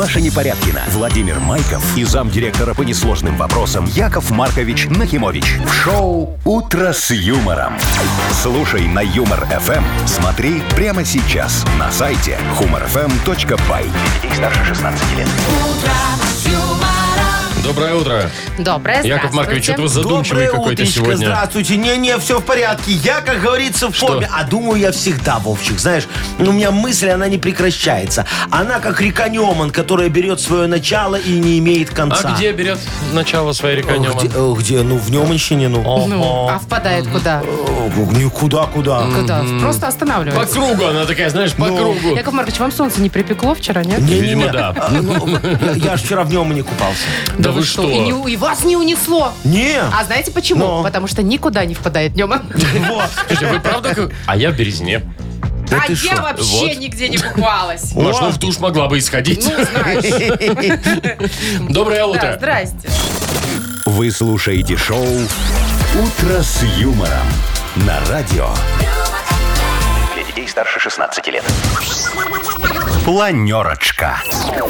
Маша Непорядкина, Владимир Майков и замдиректора по несложным вопросам Яков Маркович Нахимович. В шоу «Утро с юмором». Слушай на Юмор-ФМ. Смотри прямо сейчас на сайте humorfm.by. Для детей старше 16 лет. Доброе утро. Доброе, Яков Маркович, что-то вы задумчивый Доброе какой-то утречко, сегодня. здравствуйте. Не, все в порядке. Я, как говорится, в форме. А думаю я всегда, Вовчик. Знаешь, у меня мысль, она не прекращается. Она как река Неман, которая берет свое начало и не имеет конца. А где берет начало своя река Неман? Где? Ну, в Неманщине, Ну, а впадает куда? Никуда, куда. Куда? Просто По останавливается. кругу она такая, знаешь, по кругу. Яков Маркович, вам солнце не припекло вчера, нет? Видимо, да. Я ж вчера в Немане купался. Да вы что? И вас не унесло. Не. А знаете почему? Но. Потому что никуда не впадает днем. Вот. Слушайте, вы правда... А я в Березне. А ты я шо? вообще Вот. нигде не купалась. Маш, ну в душ могла бы исходить. Ну, знаешь. Доброе Да, утро. здрасте. Вы слушаете шоу «Утро с юмором» на радио. Для детей старше 16 лет. Планерочка.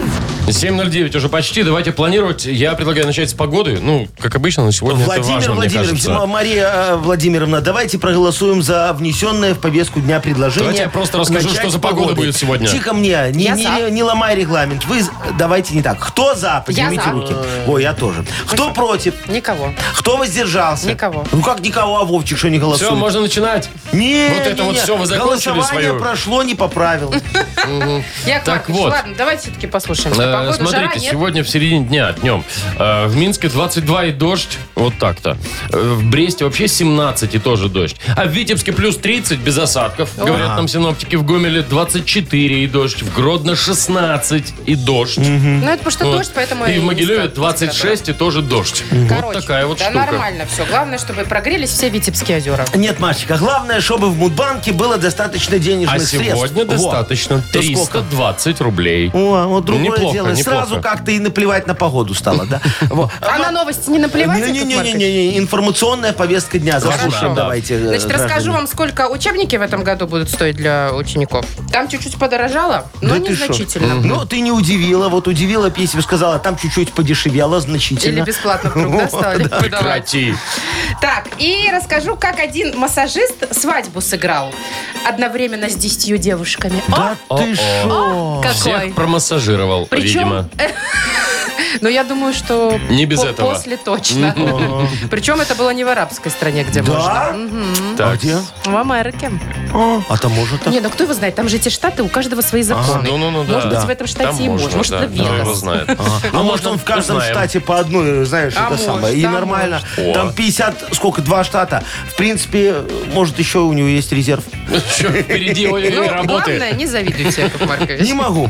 7:09 уже почти. Давайте планировать. Я предлагаю начать с погоды. Ну, как обычно, на сегодня это Владимир важно, мне Владимирович, кажется. Мария Владимировна, давайте проголосуем за внесенное в повестку дня предложение. Давайте я просто расскажу, начать что за с погода погоды. будет сегодня. Тихо мне, Я за. не ломай регламент. Вы давайте не так. Кто за? Поднимите за. руки. Ой, я тоже. Кто против? Никого. Кто воздержался? Никого. Ну как никого, а Вовчик что не голосует? Все, можно начинать. Не, Вот это вот все, вы закончили Голосование свое. прошло не по правилам. Яков Так Маркович, вот. ладно, давайте все-таки послушаем. Что погода, жара, Смотрите, нет? сегодня в середине дня, днем, в Минске 22 и дождь, вот так-то. В Бресте вообще 17 и тоже дождь. А в Витебске плюс 30 без осадков, говорят нам синоптики. В Гомеле 24 и дождь, в Гродно 16 и дождь. Ну, это потому что Вот. дождь, поэтому... И в не Могилеве стоит 26 и тоже дождь. Короче, Вот такая вот да штука. нормально все. Главное, чтобы прогрелись все Витебские озера. Нет, Машечка, главное, чтобы в Мудбанке было достаточно денежных А средств. сегодня Во. достаточно То сколько? 320 рублей. О, вот другое Неплохо, дело. неплохо. Сразу как-то и наплевать на погоду стало, да? Во. А на новости не наплевать, Яков Маркович? Не-не-не, информационная повестка дня. Заслушаем, Хорошо. давайте. Значит, граждане. расскажу вам, сколько учебники в этом году будут стоить для учеников. Там чуть-чуть подорожало, но Да ты шо? незначительно. Ну, ты не удивила. Вот удивила, б, если бы сказала, там чуть-чуть подешевело значительно. Или бесплатно вдруг, да, стали выдавать. Прекрати. Так, и расскажу, как один массажист свадьбу сыграл одновременно с 10 девушками. Да ты шо? Какой? Всех промассажировал, видимо. Причем, но я думаю, что Не без этого. после точно. Причем это было не в арабской стране, где Да? можно. А Так. где? В Америке. А там может так? Не, ну кто его знает, там же эти штаты, у каждого свои законы. Ну, да. Может быть, Да. в этом штате Там и можно. Может, да, это кто его Вегас. знает. А может он в каждом узнаем. штате по одной, знаешь, А это может, самое. И да, нормально. может. Там О. 50, сколько, 2 штата. В принципе, может, еще у него есть резерв. Еще впереди Ну, работы. главное, не завидуйте, Яков Маркович. Не могу.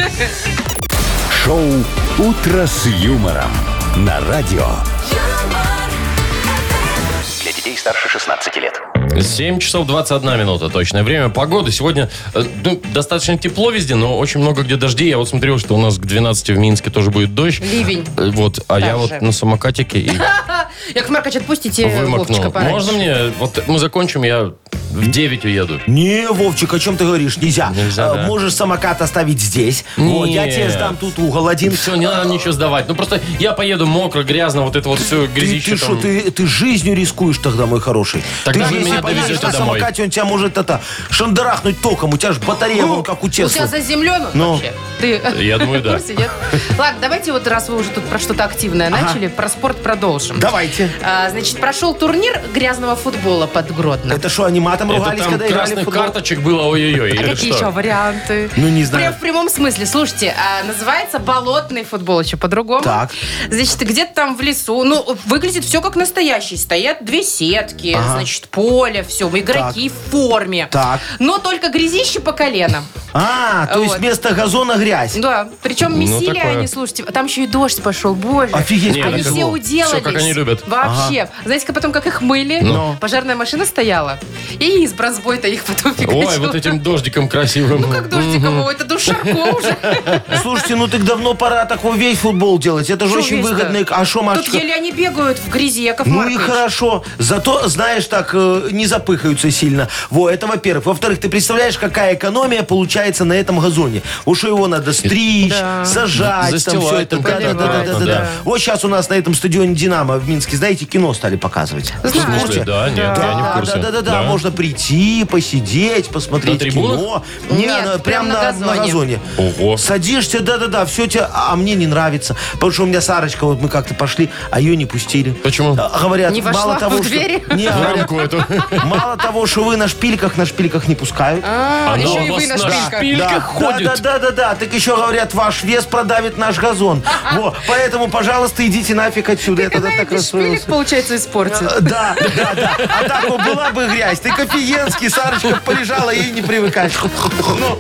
Шоу «Утро с юмором» на радио. Для детей старше 16 лет. 7 часов 21 минута точное время. Погода сегодня достаточно тепло везде, но очень много где дождей. Я вот смотрел, что у нас к 12 в Минске тоже будет дождь. Ливень. Вот, а я Даже. вот на самокатике и Яков Маркович, отпустите вымокнул. Вовчика пораньше. Можно мне? Вот мы закончим, я в 9 уеду. Не, Вовчик, о чем ты говоришь? Нельзя. Нельзя, да. Можешь самокат оставить здесь. Вот, я тебе Нет. сдам тут угол один. Все, не надо ничего сдавать. Ну просто я поеду мокро, грязно, вот это вот все грязище Ты что, там. ты жизнью рискуешь тогда, мой хороший. Тогда ты вы же, меня если поедешь довезете на домой. самокате, он тебя может шандарахнуть током. У тебя же батарея, вон как у У тебя Теслы. заземлен он Ну. вообще? Ты Я думаю, в да. курсе, нет? Ладно, давайте вот, раз вы уже тут про что-то активное начали, про спорт продолжим. Давайте. Значит, прошел турнир грязного футбола под Гродно. Это что, они матом Это ругались, там когда играли в красных футбол? карточек было ой-ой-ой. А или какие что? еще варианты? Ну, не знаю. В прямом смысле. Слушайте, называется болотный футбол, еще по-другому. Так. Значит, где-то там в лесу. Ну, выглядит все как настоящий. Стоят 2 сетки, Ага. значит, поле, все. Игроки в форме. Так. Но только грязище по колено. То есть Вот. вместо газона грязь. Да, причем месили такое. они, слушайте, там еще и дождь пошел, боже. Офигеть, Не, как Они это все тяжело. уделались. Всё, как они любят. Вообще. Знаете, потом как их мыли? Ну. Пожарная машина стояла. И И с бронзбой-то их потом фигачу. Ой, вот этим дождиком красивым. Ну, как дождиком, это душ Шарко уже. Слушайте, ну так давно пора такой весь футбол делать. Это же Шо очень весь-то? выгодно. А что, Тут Машечка? еле они бегают в грязи, Яков Ну и Маркович. хорошо. Зато, знаешь, так не запыхаются сильно. Это во-первых. Во-вторых, ты представляешь, какая экономия получается на этом газоне. Уж его надо стричь, сажать, там Застилать все это. там как-то Да. аккуратно, да. Вот сейчас у нас на этом стадионе «Динамо» в Минске, знаете, кино стали показывать. В смысле? Да, нет, я не в курсе. Да. Можно прийти, посидеть, посмотреть На трибунах? кино. Нет, прям прям на газоне. Ого. Садишься, все тебе, а мне не нравится. Потому что у меня Сарочка, вот мы как-то пошли, а ее не пустили. Почему? Говорят, Не вошла мало того, в двери? Не, В говорят, рамку эту. мало того, что вы на шпильках не пускают. Она еще у и вы вас на на шпильках. шпильках ходит. Да. Так еще говорят, ваш вес продавит наш газон. Поэтому, пожалуйста, идите нафиг отсюда. Я тогда так Шпилек, расстроился. получается, испортит. Да. А так вот была бы грязь. Ты офигенский, Сарочка полежала, ей не привыкать. Ну,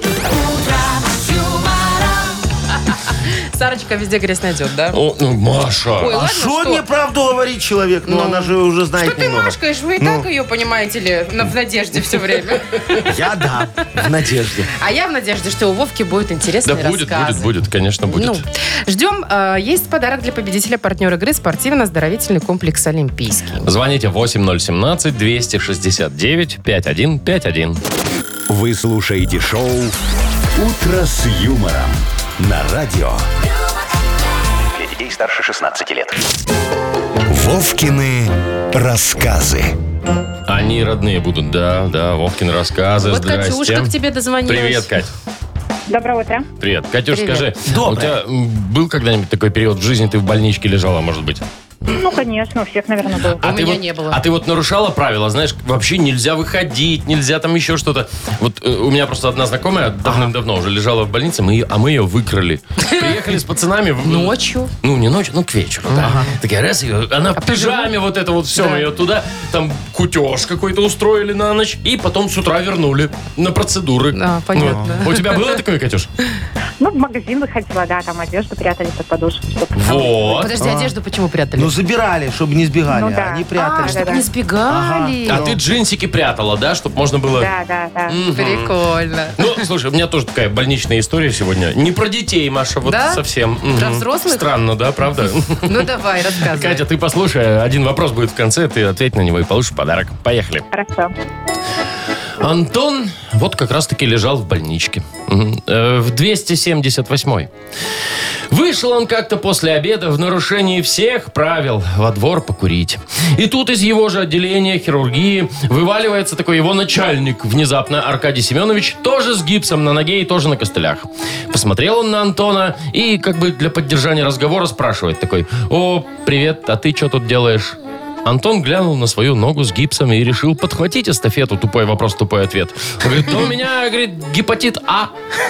Сарочка везде грязь найдет, да? О, ну, Маша. Ой, а ладно, что мне правду говорит человек? Ну, она же уже знает Что ты немного. машкаешь? Вы и так ее, понимаете ли, в надежде все время. Я да, в надежде. А я в надежде, что у Вовки будет интересный Да будет, рассказ. конечно, будет. Ну, ждем. Есть подарок для победителя, партнер игры спортивно-оздоровительный комплекс «Олимпийский». Звоните 8017-269-5151. Вы слушаете шоу «Утро с юмором» на радио. Для детей старше 16 лет. Вовкины рассказы. Они родные будут, да, Вовкины рассказы. Вот Здрасте. Катюшка к тебе дозвонилась. Привет, Кать. Доброе утро. Привет. Катюш, Привет. скажи, Доброе. у тебя был когда-нибудь такой период в жизни, ты в больничке лежала, может быть? Ну, конечно, у всех, наверное, был. У меня не было. А ты вот нарушала правила, знаешь, вообще нельзя выходить, нельзя там еще что-то. Вот у меня просто одна знакомая давным-давно уже лежала в больнице, мы ее выкрали. Приехали с пацанами. Ночью. Ну, не ночью, к вечеру, да. Такая раз ее, она в пижаме вот это вот все, Да. мы ее туда, там кутеж какой-то устроили на ночь, и потом с утра вернули на процедуры. А, понятно. Ну, у тебя было такое, Катюш? Ну, в магазин выходила, да, там одежду прятали под подушку. Чтобы Вот. Подожди, одежду почему прятали? Ну, забирали, чтобы не сбегали. Ну, да. Они прятали. да. Не сбегали. А ты джинсики прятала, да, чтобы можно было... Да. Прикольно. Ну, слушай, у меня тоже такая больничная история сегодня. Не про детей, Маша, вот Да? совсем. Про Мгм. взрослых? Странно, да, правда? Ну, давай, рассказывай. Катя, ты послушай, один вопрос будет в конце, ты ответь на него и получишь подарок. Поехали. Хорошо. Антон вот как раз-таки лежал в больничке. В 278-й. Вышел он как-то после обеда в нарушении всех правил во двор покурить. И тут из его же отделения хирургии вываливается такой его начальник, внезапно Аркадий Семенович, тоже с гипсом на ноге и тоже на костылях. Посмотрел он на Антона и как бы для поддержания разговора спрашивает такой: «О, привет, а ты что тут делаешь?» Антон глянул на свою ногу с гипсом и решил подхватить эстафету. Тупой вопрос, тупой ответ. Он говорит: да у меня, говорит, гепатит А.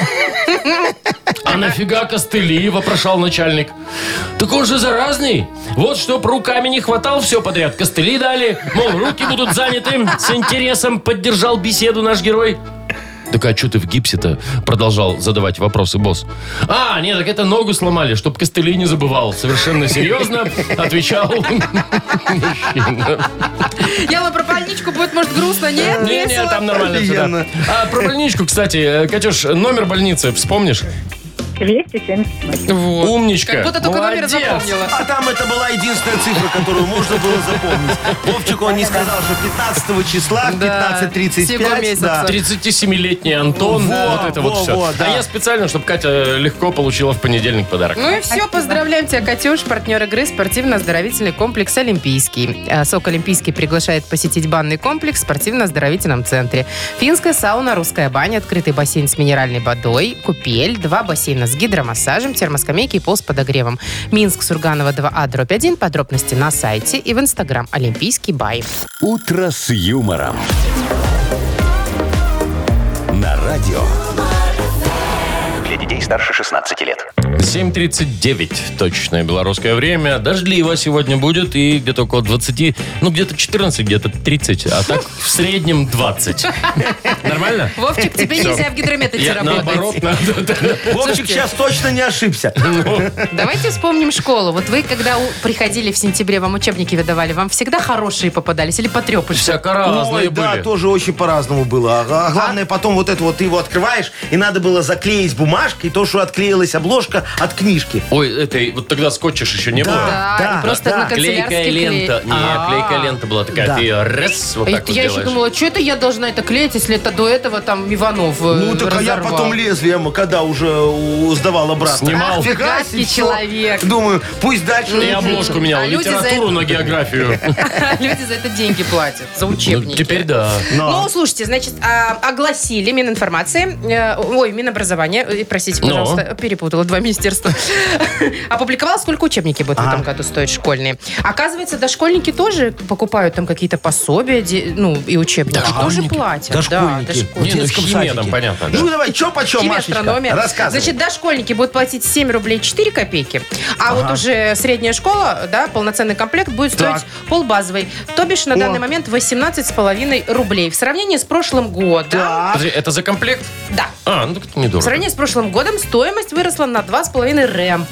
А нафига костыли, вопрошал начальник. Так он же заразный. Вот чтоб руками не хватал все подряд. Костыли дали, мол, руки будут заняты. С интересом поддержал беседу наш герой. Так а что ты в гипсе-то? Продолжал задавать вопросы босс. А, нет, так это ногу сломали, чтоб костыли не забывал. Совершенно серьезно отвечал мужчина. Яла, про больничку будет, может, грустно? Нет, Не, весело? там нормально всё, да. Офигенно. А про больничку, кстати, Катюш, номер больницы вспомнишь? 270. Вот. Умничка. Как будто только номер Молодец. запомнила. А там это была единственная цифра, которую можно было запомнить. Вовчик, он не сказал, что 15 числа в Да, 15:35. всего месяца. 37-летний Антон, вот это вот все. да. А я специально, чтобы Катя легко получила в понедельник подарок. Ну и все, поздравляем тебя, Катюш, партнер игры спортивно-оздоровительный комплекс «Олимпийский». СОК «Олимпийский» приглашает посетить банный комплекс в спортивно-оздоровительном центре. Финская сауна, русская баня, открытый бассейн с минеральной водой, купель, 2 бассейна с гидромассажем, термоскамейки и пол с подогревом. Минск, Сурганова 2А/1. Подробности на сайте и в Инстаграм «Олимпийский бай». «Утро с юмором». На радио. Для детей старше 16 лет. 7:39, точное белорусское время. Дождливо сегодня будет и где-то около 20, ну где-то 14, где-то 30, а так в среднем 20. Нормально? Вовчик, тебе нельзя в гидромет идти Я работать. наоборот надо. Вовчик сейчас точно не ошибся. Давайте вспомним школу. Вот вы, когда приходили в сентябре, вам учебники выдавали, вам всегда хорошие попадались или потрепыши? Всяко разные Ой, да, были. тоже очень по-разному было. А главное, потом вот это вот ты его открываешь, и надо было заклеить бумажкой то, что отклеилась обложка от книжки. Ой, это вот тогда скотча еще не было. Да, Да, и просто да. на канцелярский Клейкая лента. клей. Нет, клейкая лента была такая. Да. Ты ее раз, вот так вот Я еще делаешь. думала, что это я должна это клеить, если это до этого там Иванов Ну, так а я разорвал. потом лезвием, когда уже сдавал обратно. Снимал. Фига Гадкий себе, всё. человек. Думаю, пусть дальше. И обложку менял. А люди за Литературу это- на географию. Люди за это деньги платят, за Ну, учебники. теперь да. Ну, слушайте, значит, огласили Мининформации, Минобразования, простите, Но. пожалуйста, перепутала два министерства, опубликовала, сколько учебники будут в этом году стоить школьные. Оказывается, дошкольники тоже покупают там какие-то пособия, и учебники. Тоже Дошкольники? платят. Дошкольники. Да, Не, ну В детском химия садике. там, понятно, да. Ну, давай, что почем, Химия, Машечка? астрономия. Рассказывай. Значит, дошкольники будут платить 7 рублей 4 копейки, а вот уже средняя школа, да, полноценный комплект будет стоить Так. полбазовой. То бишь на данный момент 18,5 рублей. В сравнении с прошлым годом... Так. Подожди, это за комплект? Да. А, ну так это В недорого. сравнении с прошлым годом стоимость выросла на 2,5 рэм.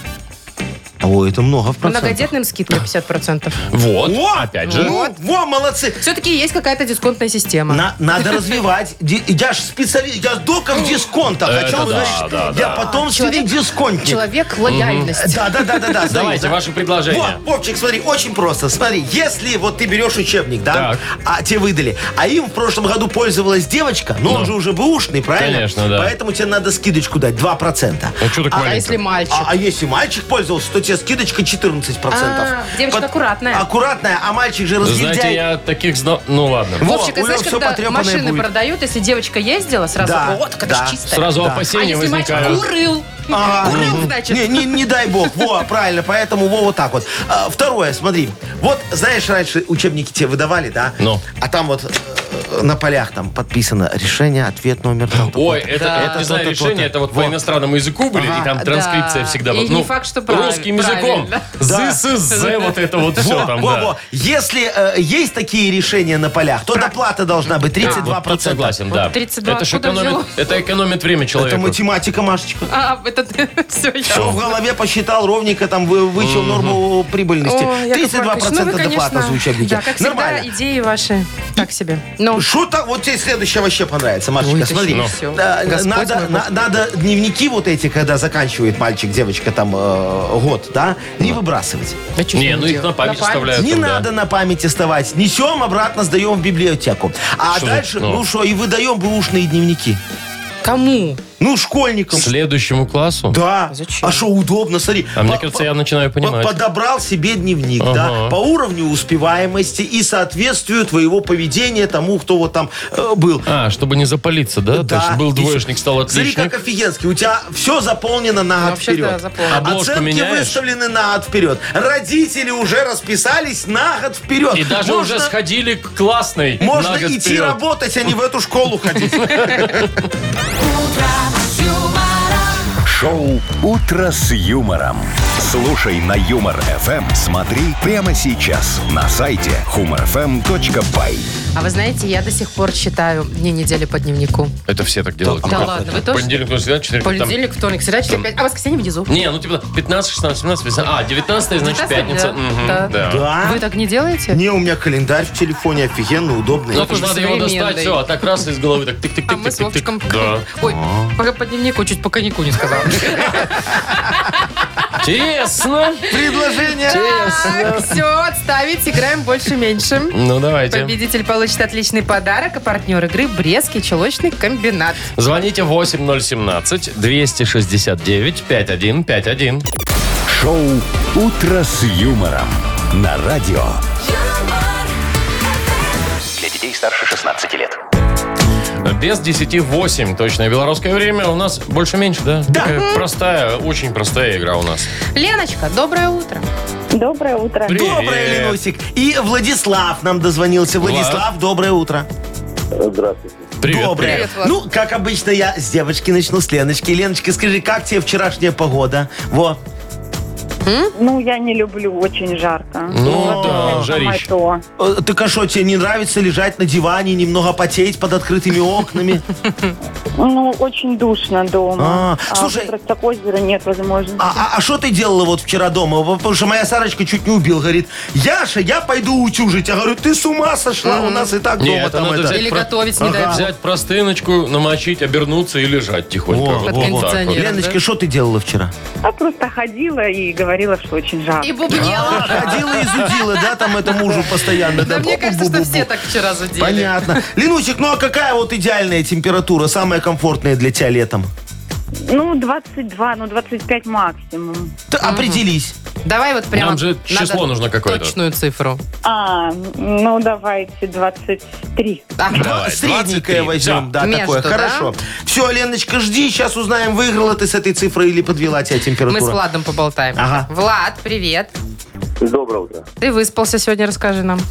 Ой, это много в процентах. Многодетным скидка 50%. Вот, О, опять же. Во, молодцы. Все-таки есть какая-то дисконтная система. Надо развивать. Я ж специалист, я дока в дисконтах. О Это чем да, значит? да, Я да. потомственный дисконтник. Человек лояльность. Да. Давайте смотри, ваши предложения. Вот, Вовчик, смотри, очень просто. Смотри, если вот ты берешь учебник, да, Так. а тебе выдали, а им в прошлом году пользовалась девочка, но он же уже бэушный, правильно? Конечно, да. Поэтому тебе надо скидочку дать, 2%. А что так А маленько? если мальчик? А если мальчик пользовался, то тебе скидочка 14%. Девочка аккуратная. Аккуратная, а мальчик же Знаете, разгильдяй. я таких знал... Ну ладно. Во, Вовчик, у а знаешь, него всё когда потрепанное машины будет. продают, если девочка ездила, сразу, Да, вот, это да. ж чистая. Сразу А опасения если мальчик возникают. курил? Ага. Курил, значит. Не дай бог. Во, правильно. Поэтому вот так вот. Второе, смотри. Вот, знаешь, раньше учебники тебе выдавали, да? Ну. А там вот на полях там подписано решение, ответ, номер. Там, Ой, такой. это не знаю, то-то, решения, то-то. это вот по Вот. иностранному языку были, и там транскрипция Да. всегда. И вот, не факт, что правильно. Русским языком. Правильно. ЗСЗ, вот это вот все Во, там, во, да. во. Если есть такие решения на полях, то доплата должна быть 32%. Вот тут согласен, да. 32 Это ж откуда экономит, взялось? это экономит время Это человеку. математика, Машечка. Это все, Все в голове посчитал ровненько, там вычел норму прибыльности. 32% доплата за учебники. Да, как всегда, Нормально. идеи ваши так себе. Ну, Что так? Вот тебе следующее вообще понравится, Машечка. Ой, это Смотри, еще всё. Да, Господь надо, мой Бог. надо дневники вот эти, когда заканчивает мальчик, девочка там год, да, не выбрасывать. а чё Не, ж ну их делать? на память оставляют. Не там, да. надо на память оставать. Несем, обратно сдаем в библиотеку. А Что дальше, за- ну. ну что, и выдаем бэушные дневники. Кому? Ну, школьникам. Следующему классу? Да. Зачем? А что удобно, смотри. А мне кажется, я начинаю понимать. Подобрал себе дневник, Ага. да, по уровню успеваемости и соответствию твоего поведения тому, кто вот там был. А, чтобы не запалиться, да? То есть был и двоечник, стал Смотри, отличник. как офигенский. У тебя все заполнено на год вообще, вперед. да, заполнено. Обложку Оценки меняешь? выставлены на год вперед. Родители уже расписались на год вперед. И даже Можно- уже сходили к классной Можно на год идти вперед. работать, а не в эту школу ходить. Шоу «Утро с юмором». Слушай на Юмор ФМ. Смотри прямо сейчас на сайте humorfm.by. А вы знаете, я до сих пор считаю дни недели по дневнику. Это все так делают. Да Ну, ладно, вы тоже? Понедельник, среда, четверг. там- Понедельник, вторник, среда, четверг, пятница. А воскресенье внизу. Не, ну типа 15, 16, 17, 18. А, 19, значит 19, пятница. да. Мгм, Да. да. Да. Вы так не делаете? Не, у меня календарь в телефоне офигенно удобный. Ну, тоже надо его достать, современный. все, а так раз из головы, так А мы с тык-тык-тык-тык-тык. Вовчиком... Да. Ой, пока по дневнику, чуть по коньяку не сказала. Интересно. Предложение. Так, все, отставить, играем больше-меньше. Ну, давайте. Победитель получит отличный подарок, а партнер игры Брестский чулочный комбинат. Звоните 8017-269-5151. Шоу «Утро с юмором» на радио. Для детей старше 16 лет. Без 10:08, точное белорусское время. У нас больше-меньше, да? Да. Такая простая, очень простая игра у нас. Леночка, доброе утро. Доброе утро. Привет. Доброе, Ленусик. И Владислав нам дозвонился. Владислав, доброе утро. Здравствуйте. Привет, Доброе. привет, Влад. Ну, как обычно, я с девочки начну, с Леночки. Леночка, скажи, как тебе вчерашняя погода? Во. Ну, я не люблю, очень жарко. Ну да, Самое жарище. то. Так а что, тебе не нравится лежать на диване, немного потеть под открытыми окнами? Ну, очень душно дома. Слушай- Просто к озеру нет возможности. А что ты делала вот вчера дома? Потому что моя Сарочка чуть не убил. Говорит, Яша, я пойду утюжить. Я говорю, ты с ума сошла? У нас и так дома Нет, там надо это. взять Или готовить, не дай бог. Взять простыночку, намочить, обернуться и лежать тихонько. Во, Вот Под так вот. кондиционером. Леночка, да? что ты делала вчера? Я просто ходила и говорила, что очень жарко. И бубнела. Ходила и зудила, да, там это мужу постоянно. Да мне кажется, что бу-бу-бу-бу. все так вчера зудели. Понятно. Ленусик, ну а какая вот идеальная температура, самая комфортная для тебя летом? Ну, 22, 25 максимум. Ты определись. Давай вот прямо... Нам же число надо нужно какое-то. Точную цифру. Ну, давайте 23. Так, Давай, Средненькое 23. возьмем, Всё. да, Между, такое. да? Хорошо. Все, Леночка, жди, сейчас узнаем, выиграла ты с этой цифрой или подвела тебя температура. мы с Владом поболтаем. Ага. Влад, привет. Доброе утро. Ты выспался сегодня, расскажи нам.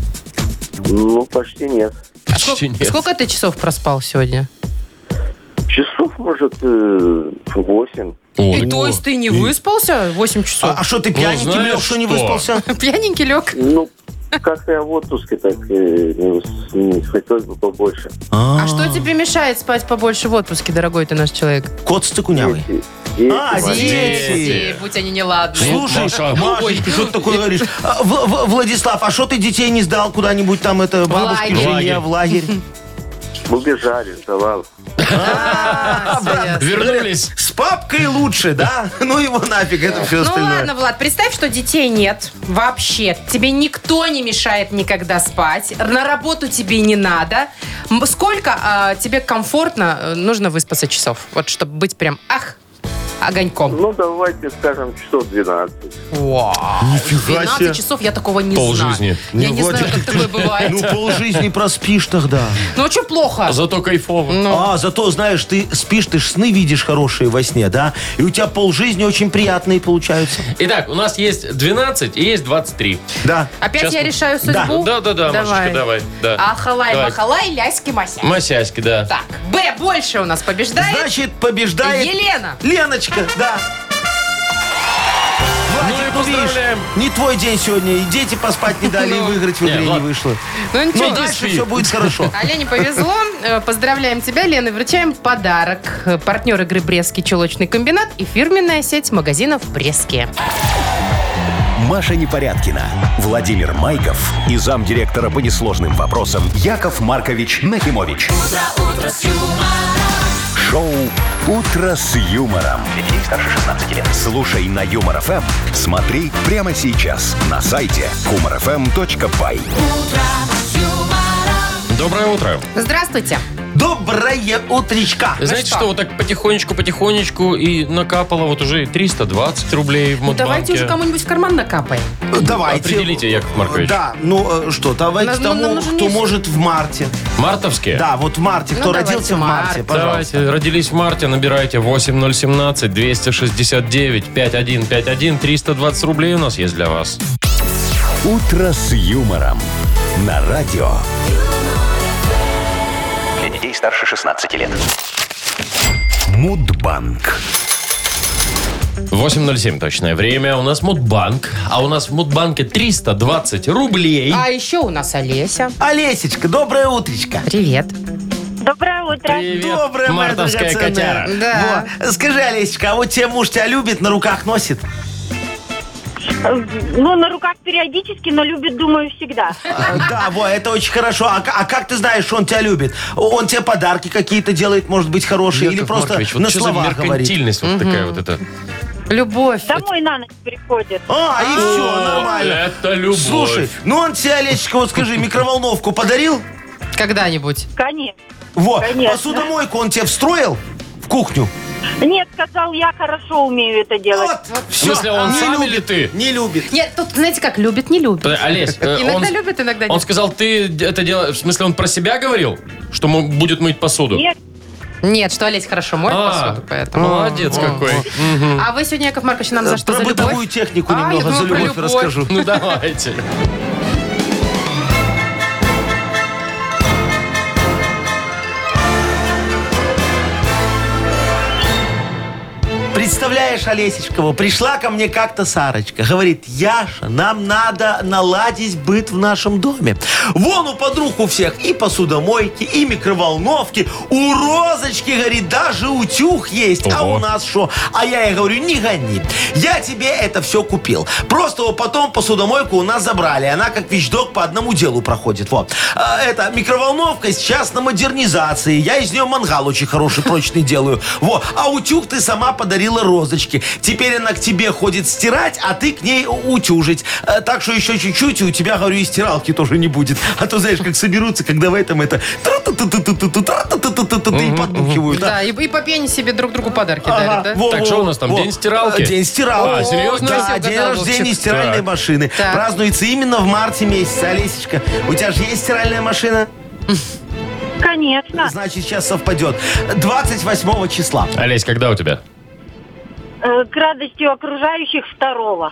Ну, почти нет. Почти нет. Сколько ты часов проспал сегодня? Часов, может, 8. И то есть ты не выспался 8 часов? А что, ты пьяненький, знаешь Лёх, что не что? выспался? Пьяненький лег. Ну, как-то я в отпуске, так не хотелось бы побольше. А что тебе мешает спать побольше в отпуске, дорогой ты наш человек? Кот с цикунявой. Дети, Дети. Будь они неладные. Слушай, Маша, Машечка, что ты такое говоришь? Владислав, а что ты детей не сдал куда-нибудь там, это, бабушке, лагерь. жене, в лагерь? убежали, сдавал. А, всё ясно. Вернулись. С папкой лучше, да? Ну его нафиг, это все Ну остальное. ладно, Влад, представь, что детей нет вообще. Тебе никто не мешает никогда спать. На работу тебе не надо. Сколько тебе комфортно нужно выспаться часов? Вот, чтобы быть прям, огоньком. Ну, давайте скажем, часов 12. Вау. Нифига 12 себе. часов я такого не Полжизни. знаю. Я не вот знаю, как такое бывает. Ну, полжизни проспишь тогда. Ну, а что плохо? Зато кайфово. А, зато, знаешь, ты спишь, ты ж сны видишь хорошие во сне, да? И у тебя полжизни очень приятные получаются. Итак, у нас есть 12 и есть 23. Да. Опять Сейчас я мы- решаю судьбу? Да, Машечка, давай. Да. Ахалай, Давай. махалай, ляськи, мася. Масяськи, да. Так, Б больше у нас побеждает. Значит, побеждает Елена. Леночка, да. Владик, Ну и ну, видишь, поздравляем. не твой день сегодня. И дети поспать не дали, и выиграть в игре не ладно. вышло. Ну ничего, Но дальше спи. все будет хорошо. Лене повезло. Поздравляем тебя, Лена. Вручаем подарок. Партнер игры «Брестский чулочный комбинат» и фирменная сеть магазинов «Брестские». Маша Непорядкина, Владимир Майков и замдиректора по несложным вопросам Яков Маркович Нахимович. Шоу «Утро с юмором». Для детей старше 16 лет. Слушай на Юмор ФМ. Смотри прямо сейчас на сайте humorfm.by. Доброе утро. Здравствуйте. Доброе утречка. Знаете, что? что вот так потихонечку и накапало вот уже 320 рублей в Ну, давайте уже Мудбанке. кому-нибудь в карман накапаем. Давайте. Определите, Яков Маркович. Да, ну что, давайте Нам тому, нужен кто месяц. может в марте. Мартовские? Да, вот в марте. Ну, Кто давайте родился в марте, март. пожалуйста. Давайте, родились в марте, набирайте 8017-269-5151, 320 рублей у нас есть для вас. «Утро с юмором» на радио. Для детей старше 16 лет. Мудбанк. 8:07 точное время. У нас Мудбанк. А у нас в Мудбанке 320 рублей. А еще у нас Олеся. Олесечка, доброе утречко. Привет. Доброе утро. Привет, Доброе, моя мартовская драгоценная. котяра. Да. Во. Скажи, Олесечка, а вот тебе муж тебя любит, на руках носит? Ну, на руках периодически, но любит, думаю, всегда. Да, во, это очень хорошо. А как ты знаешь, что он тебя любит? Он тебе подарки какие-то делает, может быть, хорошие, или Яков просто Маркович, вот на что за словах говорит? меркантильность вот такая вот эта? Любовь. Домой на ночь приходит. А, и все, нормально. Это любовь. Слушай, ну он тебе, Олесечка, вот скажи, микроволновку подарил? Когда-нибудь. Конечно. Во, Конечно. посудомойку он тебе встроил в кухню? Нет, сказал, я хорошо умею это делать. Вот, В смысле, он не сам любит, или ты? Не любит. Нет, тут, знаете как, любит, не любит. Олесь, Иногда любит, иногда он нет. сказал, ты это делаешь, в смысле, он про себя говорил? Что будет мыть посуду? Нет, Нет, что Олесь хорошо моет посуду, поэтому. молодец какой. А вы сегодня, Яков Маркович, нам за что? Про За бытовую любовь? технику А, я немного за думала, про любовь любовь. расскажу. Ну давайте. Представляешь, Олесечка, пришла ко мне как-то Сарочка. Говорит, Яша, нам надо наладить быт в нашем доме. Вон у подруг у всех и посудомойки, и микроволновки. У Розочки, говорит, даже утюг есть. А у нас что? А я ей говорю, не гони. Я тебе это все купил. Просто потом посудомойку у нас забрали. Она как вещдок по одному делу проходит. Вот. Эта микроволновка сейчас на модернизации. Я из нее мангал очень хороший, прочный делаю. Вот. А утюг ты сама подарила Розочке. Теперь она к тебе ходит стирать, а ты к ней утюжить. Так что еще чуть-чуть, и у тебя, говорю, и стиралки тоже не будет. А то, знаешь, как соберутся, когда в этом это... И подбухивают. Да, и по пене себе друг другу подарки дарят, да? Так, что у нас там? День стиралки? День стиралки. А, серьезно? Да, день рождения стиральной машины. Так. Празднуется именно в марте месяце. Олесечка, у тебя же есть стиральная машина? Конечно. Значит, сейчас совпадет. 28 числа. Олесь, когда у тебя? К радости окружающих 2-го.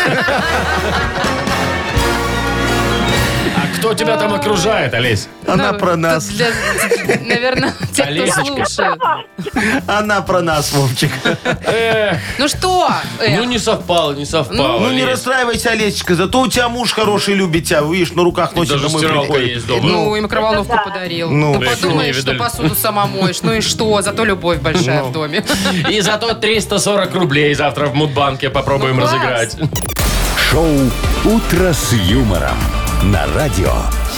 А кто тебя там окружает, Олесь? Она Ну, про нас. Наверное, те, кто Олесечка. слушает. Она про нас, Вовчик. Ну что? Ну, не совпало, не совпало. Ну, не Олесь. расстраивайся, Олесечка. Зато у тебя муж хороший, любит тебя. Видишь, на руках носит, Даже домой стиралка приходит. есть дома. Ну, и микроволновку подарил. Ну, Да, подумаешь, не что видали. посуду сама моешь. Ну и что? Зато любовь большая в доме. И зато 340 рублей завтра в Мудбанке попробуем Ну, класс. разыграть. Шоу «Утро с юмором» на радио.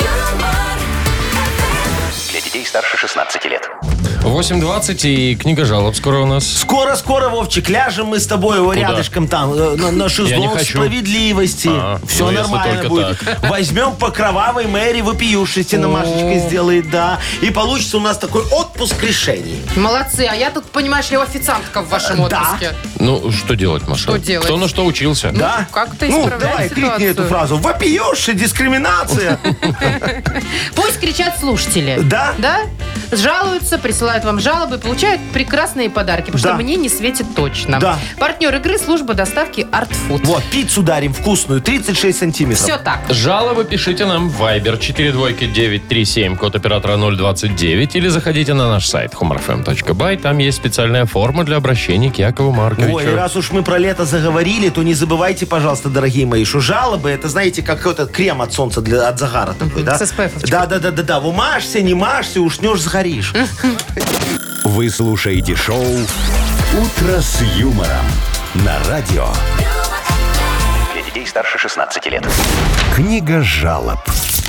Для детей старше 16 лет. 8:20 и книга жалоб скоро у нас. Скоро-скоро, Вовчик, ляжем мы с тобой его рядышком там, на шезлонг хочу. справедливости. Все ну, если нормально только будет. Возьмем по кровавой Мэри вопиюшести, на Машечка сделает, да. И получится у нас такой отпуск решений. Молодцы. А я тут, понимаешь ли, официантка в вашем Да. отпуске. Ну, что делать, Маша? Что делать? Кто на что учился? Да? как-то Ну, исправлять давай, крикни ситуацию. эту фразу. Вопиюши, дискриминация. Пусть кричат слушатели. Да? Да? Жалуются, присылают вам жалобы, получают прекрасные подарки, потому Да. что мне не светит точно. Да. Партнер игры — служба доставки Art Food. Вот, пиццу дарим вкусную, 36 сантиметров. Все так. Жалобы пишите нам в Viber 42937, код оператора 029, или заходите на наш сайт humorfm.by. Там есть специальная форма для обращения к Якову Марковичу. Ой, и раз уж мы про лето заговорили, то не забывайте, пожалуйста, дорогие мои, что жалобы, это, знаете, как этот крем от солнца от загара такой, да? с SPF-очкой. Да. Умажься, не мажься, ушнешь, сгоришь. Вы слушаете шоу «Утро с юмором» на радио. Для детей старше 16 лет. Книга жалоб.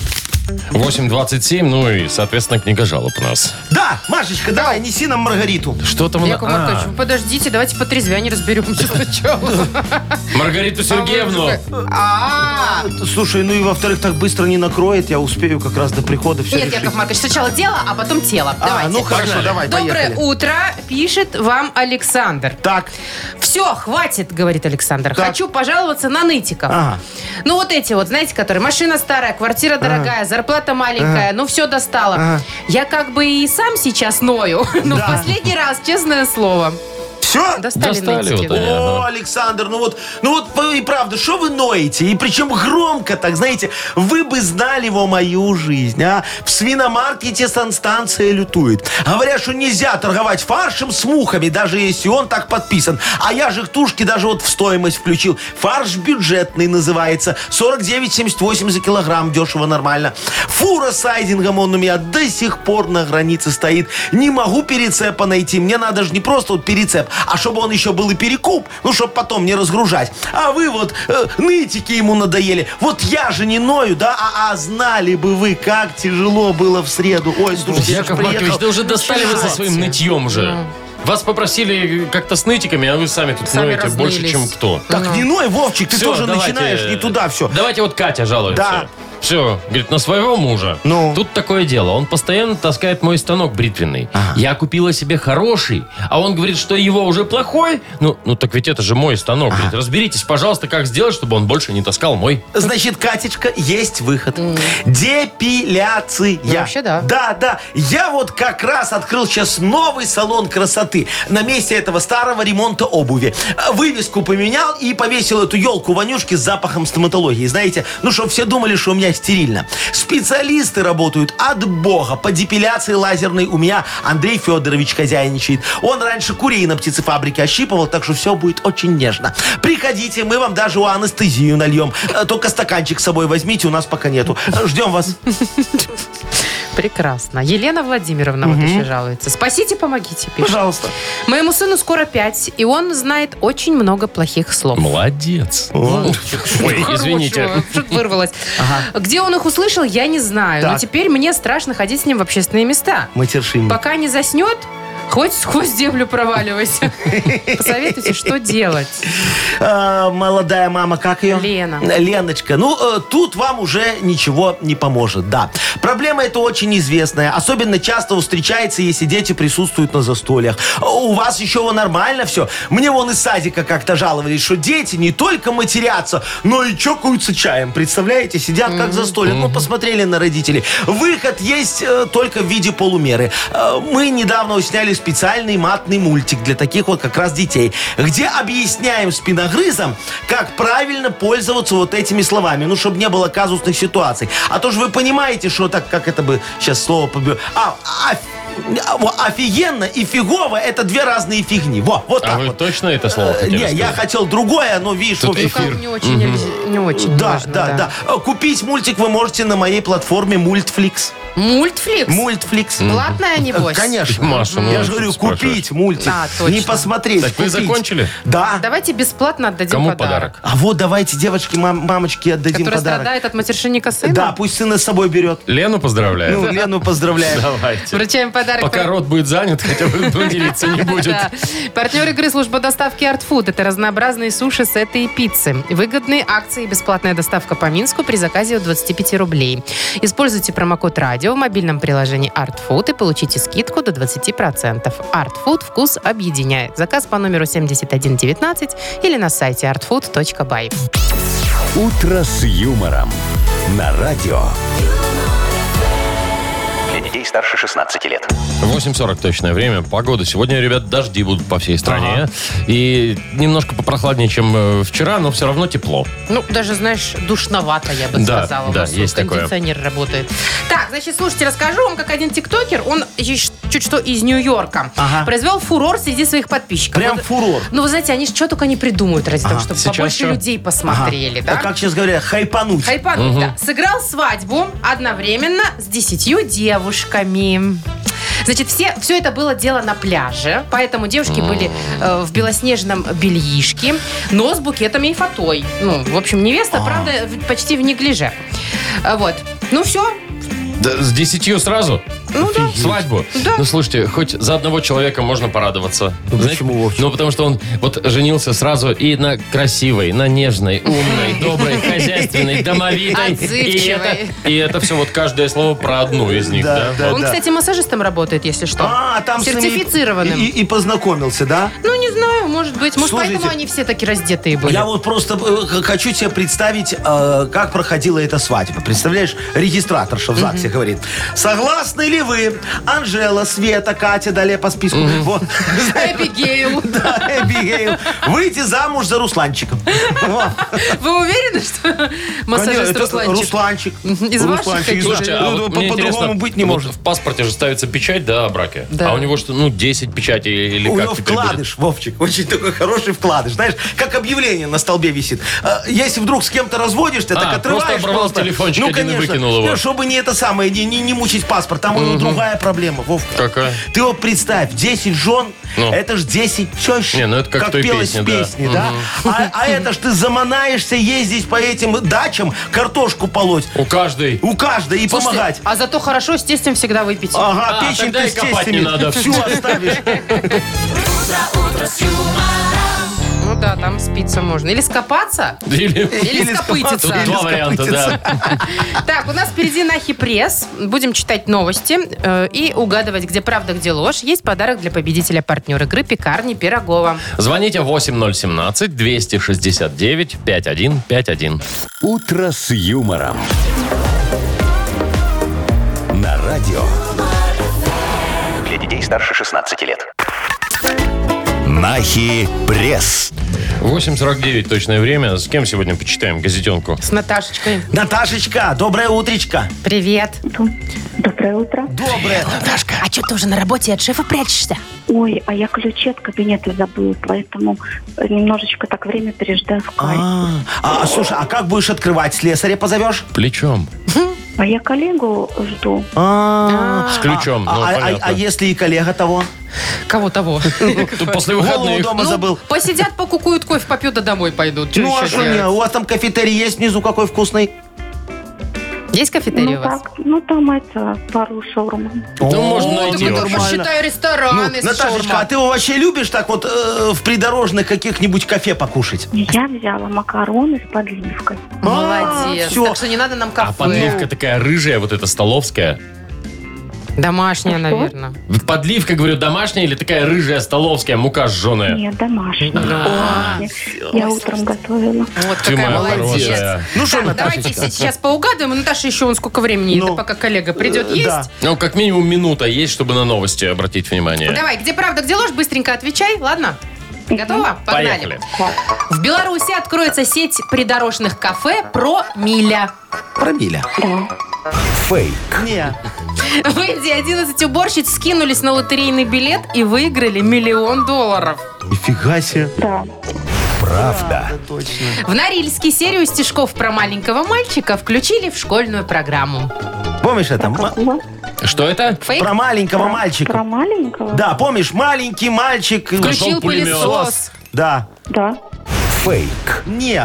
8:27, ну и, соответственно, книга жалоб у нас. Да, Машечка, давай, неси нам Маргариту. Что там? Яков Маркович, вы подождите, давайте по трезвяне разберемся сначала. Маргариту Сергеевну. А, Слушай, ну и во-вторых, так быстро не накроет, я успею как раз до прихода все Нет, Яков Маркович, сначала дело, а потом тело. Давайте. ну хорошо, давай, Доброе поехали. утро, пишет вам Александр. Так, Все, хватит, говорит Александр. Так. Хочу пожаловаться на нытиков. Ага. Ну вот эти вот, знаете, которые машина старая, квартира дорогая, зарплата маленькая, ну все достало. Ага. Я как бы и сам сейчас ною, но в Да. последний раз, честное слово, все? достали Достали нытики. вот они. О, Александр, ну вот вы и правда, что вы ноете? И причем громко так, знаете, вы бы знали его мою жизнь, а? В свиномаркете санстанция лютует. Говорят, что нельзя торговать фаршем с мухами, даже если он так подписан. А я же их тушки даже вот в стоимость включил. Фарш бюджетный называется. 49,78 за килограмм. Дешево, нормально. Фура с сайдингом он у меня до сих пор на границе стоит. Не могу перецепа найти. Мне надо же не просто вот перецеп, а чтобы он еще был и перекуп, ну, чтобы потом не разгружать. А вы вот нытики ему надоели. Вот я же не ною, да? А знали бы вы, как тяжело было в среду. Ой, слушайте, я ж Яков Маркович, приехал. да уже достали вы со своим нытьем же. Вас попросили как-то с нытиками, а вы сами тут Сами ноете больше, разнылись. чем кто. Так не ной, Вовчик, ты Всё, тоже давайте. начинаешь не туда все. Давайте вот Катя жалуется. Да. Все, говорит, на своего мужа. Ну? Тут такое дело. Он постоянно таскает мой станок бритвенный. Я купила себе хороший, а он говорит, что его уже плохой. Ну так ведь это же мой станок. Говорит, разберитесь, пожалуйста, как сделать, чтобы он больше не таскал мой. Значит, Катечка, есть выход. Депиляция. вообще да. Да. Я вот как раз открыл сейчас новый салон красоты на месте этого старого ремонта обуви. Вывеску поменял и повесил эту елку вонюшки с запахом стоматологии. Знаете, ну, чтобы все думали, что у меня меня стерильно. Специалисты работают от бога по депиляции лазерной. У меня Андрей Федорович хозяйничает. Он раньше курей на птицефабрике ощипывал, так что все будет очень нежно. Приходите, мы вам даже анестезию нальем. Только стаканчик с собой возьмите, у нас пока нету. Ждем вас. Прекрасно. Елена Владимировна вот еще жалуется. Спасите, помогите, пишет. Пожалуйста. Моему сыну скоро 5, и он знает очень много плохих слов. Молодец. Ой, извините. Хорошего. Что-то вырвалось. Где он их услышал, я не знаю. Но Так. теперь мне страшно ходить с ним в общественные места. Матершинник. Пока не заснет, хоть сквозь землю проваливайся. Посоветуйте, что делать. Молодая мама, как ее? Лена. Леночка. Тут вам уже ничего не поможет, да. Проблема эта очень известная. Особенно часто встречается, если дети присутствуют на застольях. У вас еще нормально все. Мне вон из садика как-то жаловались, что дети не только матерятся, но и чокаются чаем. Представляете? Сидят как за столик. Посмотрели на родителей. Выход есть только в виде полумеры. Мы недавно сняли специальный матный мультик для таких вот как раз детей, где объясняем спиногрызам, как правильно пользоваться вот этими словами, чтобы не было казусных ситуаций. А то же вы понимаете, что так, как это бы сейчас слово побью. Офигенно и фигово — это две разные фигни. Вот так А вы вот. точно это слово хотели Не, сказать? я хотел другое, но видишь, Тут в общем, эфир. Не очень да, важно, да. Купить мультик вы можете на моей платформе Мультфликс. Мультфликс? Мультфликс. Платная, небось? Конечно. Маша, ну, Я же что говорю, ты спрашиваешь? купить мультик. А, точно. Не посмотреть, Так вы купить. закончили? Да. Давайте бесплатно отдадим Кому подарок. подарок? А вот давайте, девочки, мамочки, отдадим Который подарок. страдает от матершинника сына? Да, пусть сына с собой берет. Лену поздравляю. Лену поздравляю. Давайте. Вручаем подарок. Пока рот будет занят, хотя бы делиться не будет. Да. Партнер игры служба доставки Art Food. Это разнообразные суши, сеты и пиццы. Выгодные акции и бесплатная доставка по Минску при заказе от 25 рублей. Используйте промокод «Радио» в мобильном приложении Art Food и получите скидку до 20%. Art Food — вкус объединяет. Заказ по номеру 7119 или на сайте artfood.by. «Утро с юмором» на радио. Для детей старше 16 лет. 8:40 точное время. Погода. Сегодня, ребят, дожди будут по всей стране. И немножко попрохладнее, чем вчера, но все равно тепло. Ну, даже, знаешь, душновато, я бы Да, сказала. да, У нас есть такое. кондиционер работает. Так, значит, слушайте, расскажу вам, как один тиктокер, он чуть что из Нью-Йорка, произвел фурор среди своих подписчиков. Прям Вот, фурор. Ну, вы знаете, они что только не придумают ради того, чтобы Сейчас побольше что? людей посмотрели, да? Как сейчас говорят, хайпануть. Хайпануть, да. Сыграл свадьбу одновременно с 10 девушками. Значит, все это было дело на пляже, поэтому девушки были в белоснежном бельишке, но с букетами и фатой. Ну, в общем, невеста, правда, почти в неглиже. Вот. Ну, все. Да, с 10 сразу? Ну, да. Свадьбу? Да. Ну, слушайте, хоть за одного человека можно порадоваться. Ну, Знаете, почему, Вовчик? Ну, потому что он вот женился сразу и на красивой, на нежной, умной, доброй, хозяйственной, домовитой. Отзывчивой. И это все вот каждое слово про одну из них, да? Да, Он, да. кстати, массажистом работает, если что. Там с ними Сертифицированным. и познакомился, да? Ну, не знаю, может быть. Может, Слушайте, поэтому они все таки раздетые были. Я вот просто хочу себе представить, как проходила эта свадьба. Представляешь, регистраторша в ЗАГСе говорит: согласны ли вы, Анжела, Света, Катя, далее по списку, вот, Эбигейл. да, Эбигейл, выйти замуж за Русланчиком. Вот. Вы уверены, что массажист Это Русланчик? Русланчик. Из ваших Русланчик. каких-то? Слушайте, а вот мне По-другому интересно, быть не вот может. в паспорте же ставится печать, да, о браке. Да. А у него что, 10 печатей или У как него теперь будет? вкладыш, Вовчик, очень такой хороший вкладыш. Знаешь, как объявление на столбе висит. Если вдруг с кем-то разводишься, так отрываешь просто оборвал телефончик один и конечно. выкинул его. Чтобы не это самое, не мучить паспорт. Там у него другая проблема, Вовка. Какая? Ты вот представь, 10 жен, Ну. это ж 10 тещ. Не, ну это как в той пелось песне, в да. песне, да? А это ж ты заманаешься ездить по этим дачам, картошку полоть. У каждой. У каждой и Слушайте, помогать. а зато хорошо, естественно, всегда выпить. Ага, А, печень тогда ты и с копать не тестями надо. всю оставишь. Ну да, там спиться можно. Или скопаться, Или... или скопытиться. Тут два варианта, да. Так, у нас впереди Нахи Пресс. Будем читать новости и угадывать, где правда, где ложь. Есть подарок для победителя, партнер игры «Пекарни Пирогова». Звоните 8017-269-5151. «Утро с юмором». На радио. Для детей старше 16 лет. Нахи пресс. 8:49 точное время. С кем сегодня почитаем газетенку? С Наташечкой. Наташечка, доброе утречко. Привет. Доброе утро. Доброе. Наташка. А что, ты уже на работе от шефа прячешься? Ой, а я ключи от кабинета забыла, поэтому немножечко так время переждаю в кайф. Слушай, а как будешь открывать? Слесаря позовешь? Плечом. А я коллегу жду. С ключом. Ну, понятно. А если и коллега того? Кого того? Тут после Голову выходных. дома забыл. Посидят, покукуют, кофе попьют, да домой пойдут. Чё Ну, а еще что делать? не? У вас там кафетерий есть внизу какой вкусный? Есть кафетерий Ну у вас? так, ну там это, пару шаурма. Ну, можно О, найти так это, вообще. посчитай, рестораны с Наташечка, шаурма. а ты его вообще любишь так вот в придорожных каких-нибудь кафе покушать? Я взяла макароны с подливкой. Молодец. всё. Так что не надо нам А кафе. подливка такая рыжая, вот эта столовская. Домашняя, наверное. Подливка, говорю, домашняя или такая рыжая столовская, мука жженая? Нет, домашняя. Да. Я утром готовила. Вот Ты какая моя молодец. хорошая. Ну что, Так, давайте Наташечка? сейчас поугадываем. Наташа, еще сколько времени, Ну, это пока коллега придет, есть? Да. Ну, как минимум минута есть, чтобы на новости обратить внимание. Давай, где правда, где ложь, быстренько отвечай, ладно? Готова? Погнали. Поехали. В Беларуси откроется сеть придорожных кафе «Промиля». Промиля. Да. Фейк. Не. В Индии 11 уборщиц скинулись на лотерейный билет и выиграли $1 миллион. Нифига себе. Да. Правда. Да, точно. В Норильске серию стишков про маленького мальчика включили в школьную программу. Помнишь это? Какого? Что это? Фейк? Про маленького мальчика. Про маленького? Да, помнишь, маленький мальчик. Включил пулемет. пылесос. Да. Да. Фейк. Не.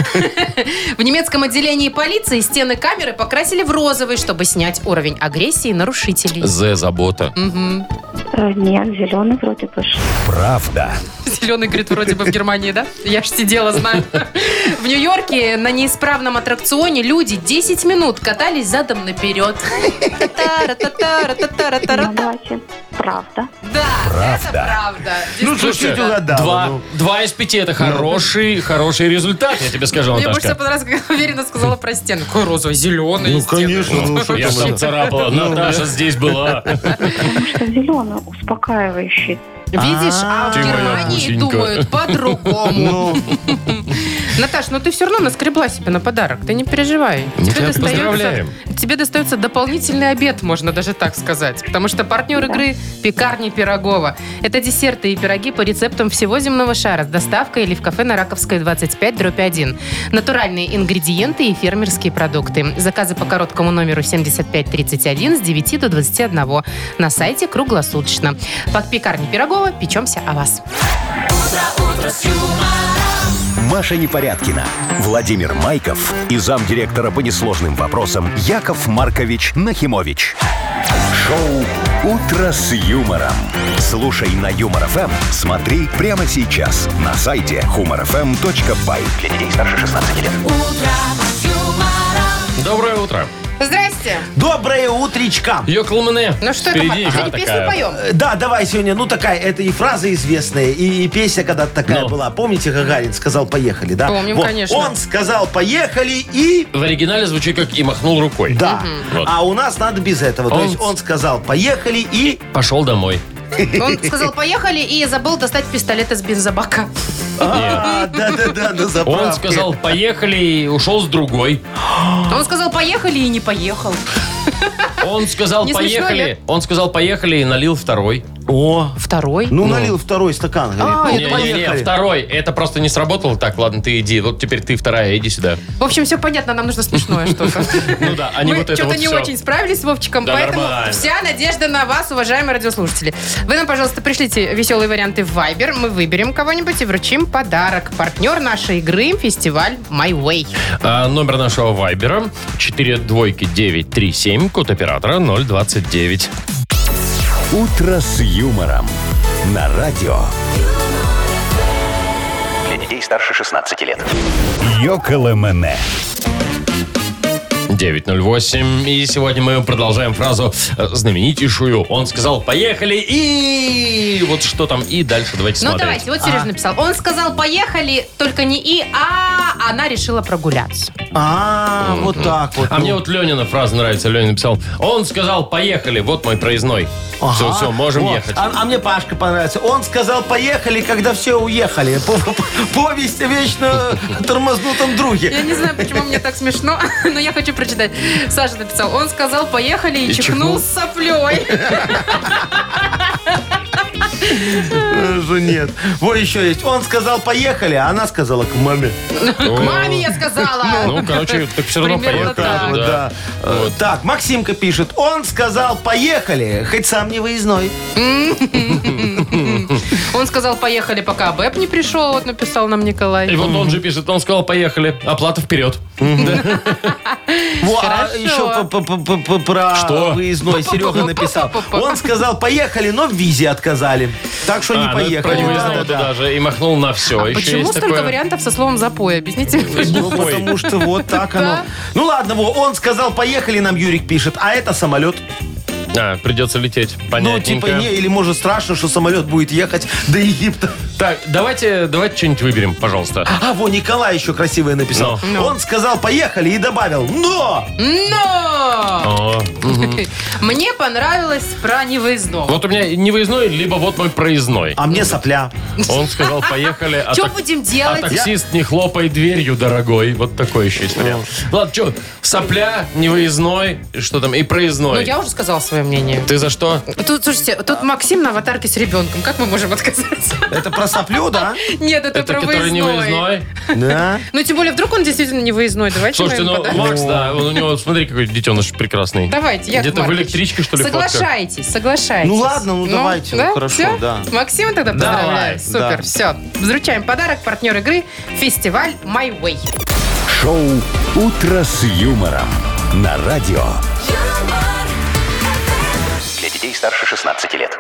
В немецком отделении полиции стены камеры покрасили в розовый, чтобы снять уровень агрессии нарушителей. Забота. Нет, зеленый вроде бы. Правда. Зеленый, говорит, вроде бы в Германии, да? Я ж сидела, знаю. В Нью-Йорке на неисправном аттракционе люди 10 минут катались задом наперед. Ну, давайте. Правда. Да, Правда. это правда. Ну, чуть-чуть угадала. Два из 5 это хороший результат, я тебе скажу, Мне больше всего Наташка. понравилось, как уверенно сказала про стену. Какой розовый, зеленый. Ну, конечно. Ну, что Я там сам это? царапала. Наташа здесь была. Потому что зеленый успокаивающий. Видишь, а в Ты моя Германии пусенька. думают по-другому. Ну, Наташ, ну ты все равно наскребла себе на подарок. Ты не переживай. Мы тебя поздравляем. Тебе достается дополнительный обед, можно даже так сказать. Потому что партнер игры – пекарни Пирогова. Это десерты и пироги по рецептам всего земного шара с доставкой или в кафе на Раковской 25/1. Натуральные ингредиенты и фермерские продукты. Заказы по короткому номеру 7531 с 9 до 21. На сайте круглосуточно. Под пекарни Пирогова печемся о вас. Маша Непорядкина, Владимир Майков и замдиректора по несложным вопросам Яков Маркович Нахимович. Шоу «Утро с юмором». Слушай на Юмор ФМ, смотри прямо сейчас на сайте humorfm.by. Для детей старше 16 лет. Доброе утро. Здрасте. доброе утречко. Йоколмане. Ну что это, Впереди Марк, игра сегодня песню такая. поем? Да, давай сегодня, ну такая, это и фраза известная, и песня когда-то такая Ну. была. Помните, Гагарин сказал «поехали», да? Помним, Вот, конечно. Он сказал «поехали» и... В оригинале звучит как «и махнул рукой». Да. Вот. А у нас надо без этого. То есть он сказал «поехали» и... Пошел домой. Он сказал «поехали» и забыл достать пистолет из бензобака. Да-да-да, на заправке. Он сказал «поехали» и ушел с другой. Он сказал «поехали» и не поехал. Он сказал Не смешно, «поехали». нет? Он сказал «поехали» и налил второй. О, Второй? ну налил второй стакан. Говорит, ну, Не-не-не, поехали. второй. Это просто не сработало. Так, ладно, ты иди. Вот теперь ты вторая, иди сюда. В общем, все понятно, нам нужно смешное что-то. Ну да, а не Мы вот это что-то вот не всё. очень справились с Вовчиком, Да, поэтому нормально. вся надежда на вас, уважаемые радиослушатели. Вы нам, пожалуйста, пришлите веселые варианты в Viber, мы выберем кого-нибудь и вручим подарок. Партнер нашей игры – фестиваль My Way. Номер нашего вайбера 42937, код оператора 029. «Утро с юмором» на радио. Для детей старше 16 лет. Йоколэмэне. 908. И сегодня мы продолжаем фразу знаменитейшую. Он сказал «поехали» и... Вот что там и дальше давайте Ну, смотреть. давайте, вот Сережа написал. Он сказал «поехали», только не «и», а она решила прогуляться. Вот так вот. А мне вот Ленина фраза нравится. Ленин написал «он сказал «поехали», вот мой проездной». Все, можем Вот. ехать. А мне Пашка понравится. Он сказал, поехали, когда все уехали. Повесть о вечно тормознутом друге. Я не знаю, почему мне так смешно, но я хочу прочитать. Саша написал, он сказал, поехали, и чихнул с соплей. Же нет. Вот еще есть. Он сказал, поехали, а она сказала, к маме. К маме я сказала. Ну, короче, так все равно Примерно поехали. так. Вот, да. Так, Максимка пишет. Он сказал, поехали, хоть сам не выездной. Он сказал, поехали, пока БЭП не пришел, вот написал нам Николай. И вот он же пишет, он сказал, поехали, оплата вперед. Во, а еще про Что? выездной Серега написал. Он сказал, поехали, но в визе отказали. Так что не Про поехали. невыездного туда же. И махнул на все. Еще Почему есть столько такое. вариантов со словом «запой»? Объясните мне, пожалуйста. Ну, Ой. потому что вот так оно. Да. Ну ладно, он сказал, поехали, нам Юрик пишет, а это самолет. Придется лететь. Ну, Понятненько. типа, или может страшно, что самолет будет ехать до Египта. Так, давайте что-нибудь выберем, пожалуйста. А, во, Николай еще красивое написал. Ну. Он сказал, поехали, и добавил, но! Но! О, Мне понравилось про невыездного. Вот у меня невыездной, либо вот мой проездной. А мне сопля. Он сказал, поехали. Что будем А делать? таксист, не хлопай дверью, дорогой. Вот такой еще есть вариант. Ладно, что, сопля, невыездной, что там, и Ну, проездной. я уже сказала свое мнение. Ты за что? Тут, слушайте, тут Максим на аватарке с ребенком. Как мы можем отказаться? Это про соплю, да? Нет, это про который не выездной. выездной? Да. Ну, тем более, вдруг он действительно не выездной. Давайте Слушайте, мы ему ну, подарим. Макс, да, у него, смотри, какой детеныш прекрасный. Давайте, Яков Где-то в Маркович. электричке, что ли, фотка? Соглашайтесь. Ну ладно, ну давайте, ну хорошо, всё? да. Максима тогда поздравляю. Давай, Супер, да. все. Вручаем подарок. Партнер игры фестиваль My Way. Шоу «Утро с юмором» на радио. Для детей старше 16 лет.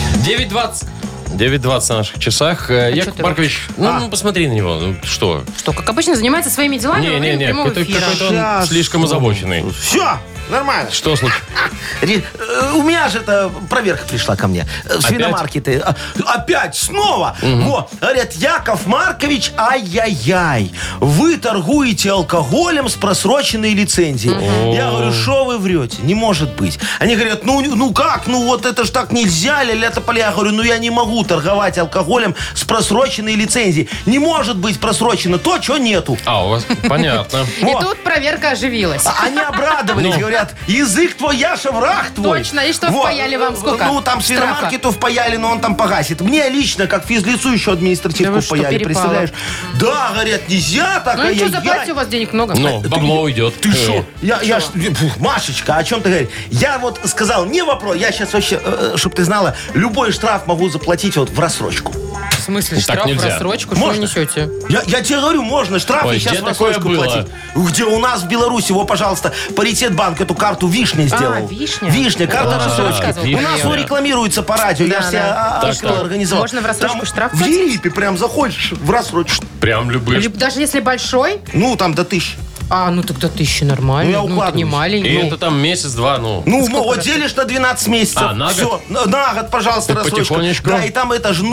9:20 на наших часах. Яков ты Маркович, ну, посмотри на него. Ну, что? Что, как обычно, занимается своими делами во время прямого эфира. какой-то он Сейчас. слишком озабоченный. Все, нормально. Что случилось? У меня же это проверка пришла ко мне. Свиномаркеты. Опять, снова. Вот. Говорят, Яков Маркович, ай-яй-яй. Вы торгуете алкоголем с просроченной лицензией. Я говорю, что вы врете? Не может быть. Они говорят, ну как? Ну вот это ж так нельзя, ля-ля тополя. Я говорю, ну я не могу торговать алкоголем с просроченной лицензией. Не может быть просрочено то, чего нету. А, у вас понятно. И Вот. тут проверка оживилась. Они обрадовались, говорят, язык твой, Яша, враг твой. Точно, и что впаяли вам сколько? Ну, там Штрафа? свиномаркету впаяли, но он там погасит. Мне лично, как физлицу, еще Да административку вы что, впаяли, перепало? представляешь? Да, говорят, нельзя так, Ну ничего, ай-яй-яй. заплатите, у вас денег много. Ну, бабло уйдет. Ты что? Машечка, о чем ты говоришь? Я вот сказал, не вопрос, я сейчас вообще, чтобы ты знала, любой штраф могу заплатить вот в рассрочку. В смысле, Так штраф в нельзя. рассрочку? Что вы Можно? несете? Я тебе говорю, можно штрафы Ой, сейчас где в такое рассрочку было? платить. Где у нас в Беларуси, вот, пожалуйста, Паритетбанк эту карту Вишня сделал. Вишня? Вишня, карта Да, рассрочки. рассказывал У нас Вишня. рекламируется по радио, я Да, же да. себе Так. организовал. Можно в рассрочку Там штраф в платить? Египе прям заходишь в рассрочку. Прям любишь. Либо даже если большой, Ну, там до 1000. ну тогда 1000 нормально. Ну, я это не укладываюсь. И маленький. это там месяц-два, ну. Ну, вот делишь на 12 месяцев. А, на Все, на год, пожалуйста, Так рассрочка. потихонечку. Да, и там это же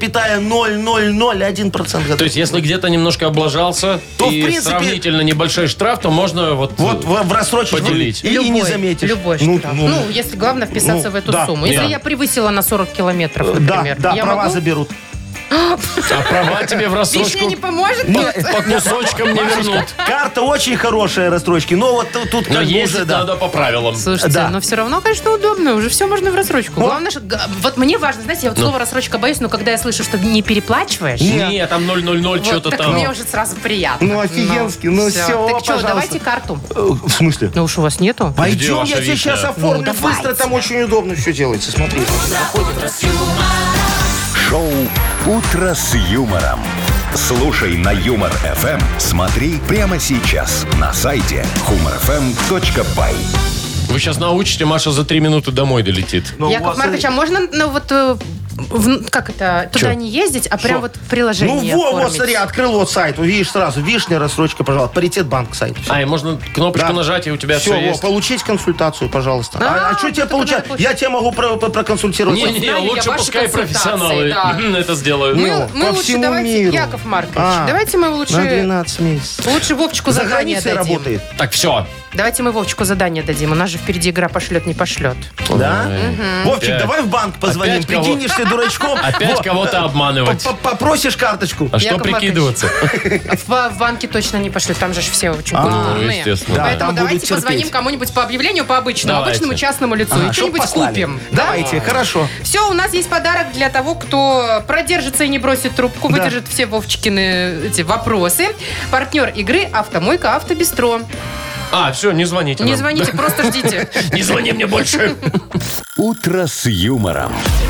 0,0001%. То есть, если где-то немножко облажался, То, в и принципе, сравнительно небольшой штраф, то можно вот в рассрочку поделить. и не заметишь. Любой штраф. Ну, если главное вписаться ну, в эту да, сумму. Если да. я превысила на 40 километров, Да, например, да, я права могу? заберут. А права тебе в Вишня рассрочку не поможет? по Нет. кусочкам не вернут. Карта очень хорошая рассрочки, но вот тут Но как бы ездить уже, да. надо по правилам. Слушайте, Да. но все равно, конечно, удобно. Уже все можно в рассрочку. Главное, вот мне важно, знаете, я вот слово рассрочка боюсь, но когда я слышу, что не переплачиваешь, Не, там 000 вот, что-то так там. мне уже сразу приятно. Ну, офигенски, ну, всё, Так что, пожалуйста. давайте карту. В смысле? Ну уж у вас нету? Пойдем, ваша я тебе Вишня? сейчас оформлю. Ну, давайте. Быстро, там очень удобно все делается. Смотри. Шоу «Утро с юмором». Слушай на Юмор ФМ. Смотри прямо сейчас на сайте humorfm.by. Вы сейчас научите, Маша за 3 минуты домой долетит. Ну, у Яков вас, Маркович, а можно, ну вот, как это, туда Чё? не ездить, а прям Шо? вот приложение Ну, вот, оформить? смотри, открыл вот сайт. Увидишь сразу. Вишня, рассрочка, пожалуйста. Паритетбанк сайт. А, и можно кнопочку Да. нажать, и у тебя Все, все есть. получить консультацию, пожалуйста. А, А что тебе только получать? надо получить. Я тебе могу проконсультировать. Не-не-не, знаю я лучше ваши пускай консультации, профессионалы да. это сделают. Мы по лучше всему давайте, миру. Яков Маркович, давайте мы На лучше 12 месяцев. Вовчику За задание границей дадим. работает. Так, все. Давайте мы Вовчику задание дадим. У нас же впереди игра пошлет, не пошлет. Да? Вовчик, Опять. давай в банк позвоним. Опять кого? Прикинешь ты дурачком. Опять Во, кого-то обманывать. Попросишь карточку. А что Яков Маркович. прикидываться? В банке точно не пошлют. Там же ж все очень культурные. естественно. Да, Поэтому там давайте будут терпеть. позвоним кому-нибудь по объявлению, по обычному, Давайте. обычному частному лицу. Ага, И чтоб что-нибудь послали. купим. Давайте, хорошо. Все, у нас есть подарок для того, кто продержится и не бросит трубку, Да. выдержит все Вовчикины эти вопросы. Партнер игры «Автомойка Автобестро». Все, не звоните Не нам. звоните, просто ждите. Не звони мне больше. «Утро с юмором».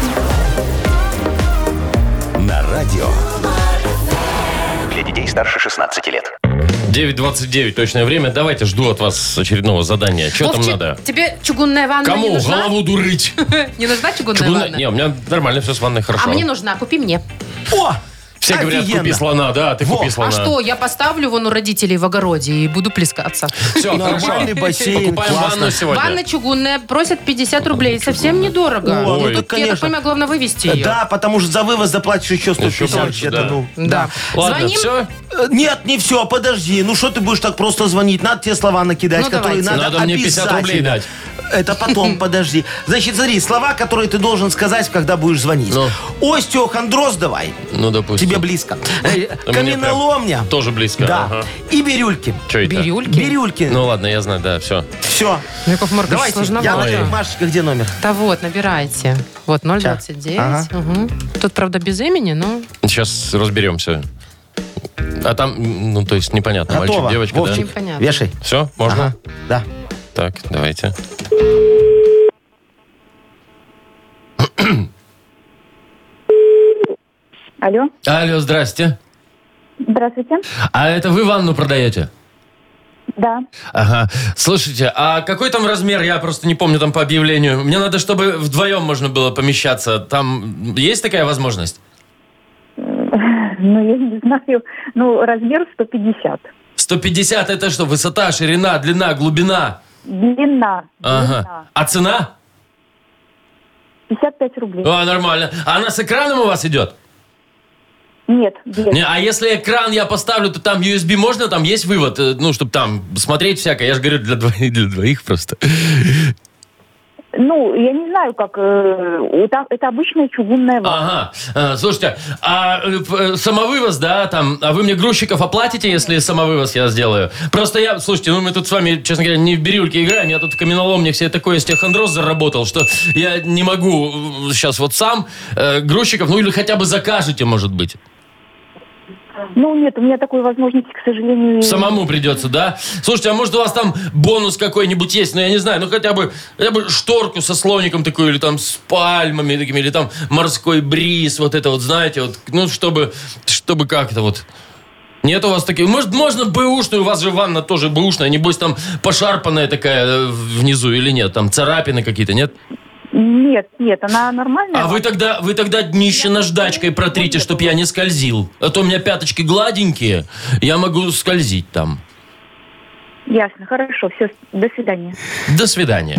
На радио. Для детей старше 16 лет. 9:29 точное время. Давайте, жду от вас очередного задания. Что там Вовчик, надо? тебе чугунная ванна не Кому? нужна? Голову дурыть? Не нужна чугунная ванна? Не, у меня нормально все с ванной хорошо. А мне нужна, купи мне. О, Все говорят, офигенно. купи слона, да, ты Во. купи слона. А что, я поставлю вон у родителей в огороде и буду плескаться. Все, хорошо. Нормальный бассейн, Покупаем классно. ванну сегодня. Ванна чугунная, просят 50 рублей. Совсем недорого. О, Ну, ну тут, так, я так конечно. понимаю, главное вывести ее. Да, потому что за вывоз заплатишь еще 150. больше, Это, да. ну, Да. Ладно, Звоним? все? Нет, не все, подожди. Ну что ты будешь так просто звонить? Надо тебе слова накидать, Ну, которые давайте. надо Надо мне 50 рублей обязательно. дать. Это потом, подожди. Значит, смотри, слова, которые ты должен сказать, когда будешь звонить. Ну. Остеохондроз давай. Ну, допустим. Тебе близко. Мне Каменоломня. прям тоже близко. Да. Ага. И бирюльки. Что это? Бирюльки? Бирюльки. Ну ладно, я знаю, да, все. Все. Ну, Яков Маркович, Давайте. сложновато. Машечка, где номер? Да вот, набирайте. Вот, 029. Ага. Угу. Тут, правда, без имени, но... Сейчас разберемся. А там, ну, то есть непонятно, Готово. мальчик, девочка, Вовчик, Непонятно. вешай. да? Все, можно? Ага. Да. Так, давайте. Алло, Алло, здрасте. здравствуйте. А это вы ванну продаете? Да. Ага. Слушайте, а какой там размер? Я просто не помню там по объявлению. Мне надо, чтобы вдвоем можно было помещаться. Там есть такая возможность? Ну, я не знаю. Ну, размер 150. 150 это что? Высота, ширина, длина, глубина? Длина. Ага. А цена? 55 рублей. А, нормально. А она с экраном у вас идет? Нет, без. Не, а если экран я поставлю, то там USB можно? Там есть вывод? Ну, чтобы там смотреть всякое. Я же говорю, для двоих просто. Ну, я не знаю, как... это обычная чугунная ванна. Ага. Слушайте, а самовывоз, да, там, а вы мне грузчиков оплатите, если самовывоз я сделаю? Просто я, слушайте, ну мы тут с вами, честно говоря, не в бирюльке играем, я тут в каменоломне себе такой остеохондроз заработал, что я не могу сейчас вот сам грузчиков, ну или хотя бы закажете, может быть. Ну, нет, у меня такой возможности, к сожалению... Самому придется, да? Слушайте, а может у вас там бонус какой-нибудь есть? Ну, я не знаю, ну хотя бы шторку со слоником такую, или там с пальмами такими, или там морской бриз, вот это вот, знаете, вот, ну, чтобы как-то вот... Нет у вас таких? Может, можно бэушную? У вас же ванна тоже бэушная. Небось, там пошарпанная такая внизу или нет? Там царапины какие-то, нет? Нет, она нормальная. А вы тогда днище наждачкой протрите, чтоб я не скользил. А то у меня пяточки гладенькие, я могу скользить там. Ясно, хорошо, все, до свидания. До свидания.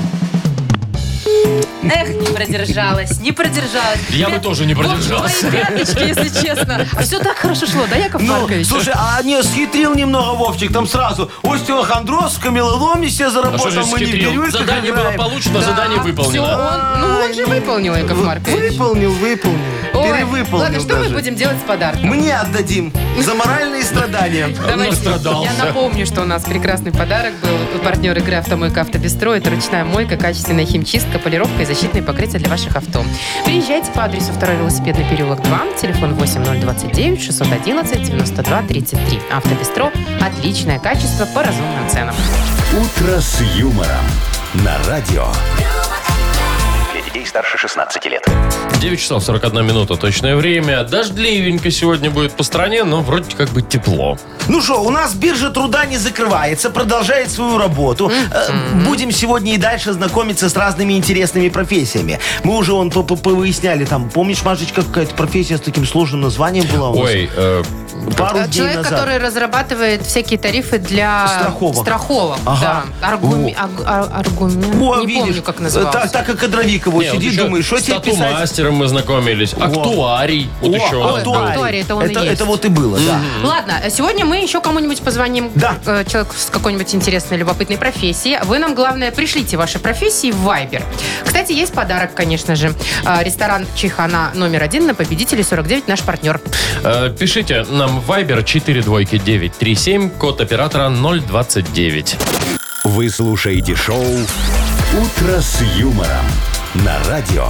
Эх, не продержалась. Я бы тоже не продержался. Мои пяточки, если честно. А все так хорошо шло, да, Яков Ну, Маркович? слушай, а не схитрил немного Вовчик, там сразу остеохондроз, в камелоломне себе А что заработал, же мы не в схитрил? бирюльках Задание было играем. получено, задание Все, выполнено. он же выполнил, Яков Маркович. Выполнил. Ой, Перевыполнил ладно, что мы даже. будем делать с подарком? Мне отдадим за моральные страдания. Давайте. Настрадался. Я напомню, что у нас прекрасный подарок был. Партнер игры «Автомойка Автобестро». Это ручная мойка, качественная химчистка, полировка и защитные покрытия для ваших авто. Приезжайте по адресу 2 велосипедный переулок 2, телефон 8029 611 92 33. «Автобестро» – отличное качество по разумным ценам. «Утро с юмором» на радио. Для детей старше 16 лет. 9 часов 41 минута точное время. Дождливенько сегодня будет по стране, но вроде как бы тепло. Ну что, у нас биржа труда не закрывается, продолжает свою работу. Будем сегодня и дальше знакомиться с разными интересными профессиями. Мы уже повыясняли там, помнишь, Машечка, какая-то профессия с таким сложным названием была у нас? Ой, Пару дней Человек, назад. который разрабатывает всякие тарифы для Страховок. Да. Аргумент. О, Не видишь, помню, как назывался. Так как кадровик его Не, вот сидит, еще думает, что с тебе писать? тату-мастером мы знакомились. Актуарий. Вот еще у нас был. Актуарий, это он и есть. Это вот и было, да. Ладно, сегодня мы еще кому-нибудь позвоним. Да. Человек с какой-нибудь интересной, любопытной профессией. Вы нам, главное, пришлите ваши профессии в Viber. Кстати, есть подарок, конечно же. Ресторан Чайхана №1 на Победителей 49, наш партнер. Пишите нам в Viber 42937, код оператора 029. Вы слушаете шоу «Утро с юмором» на радио.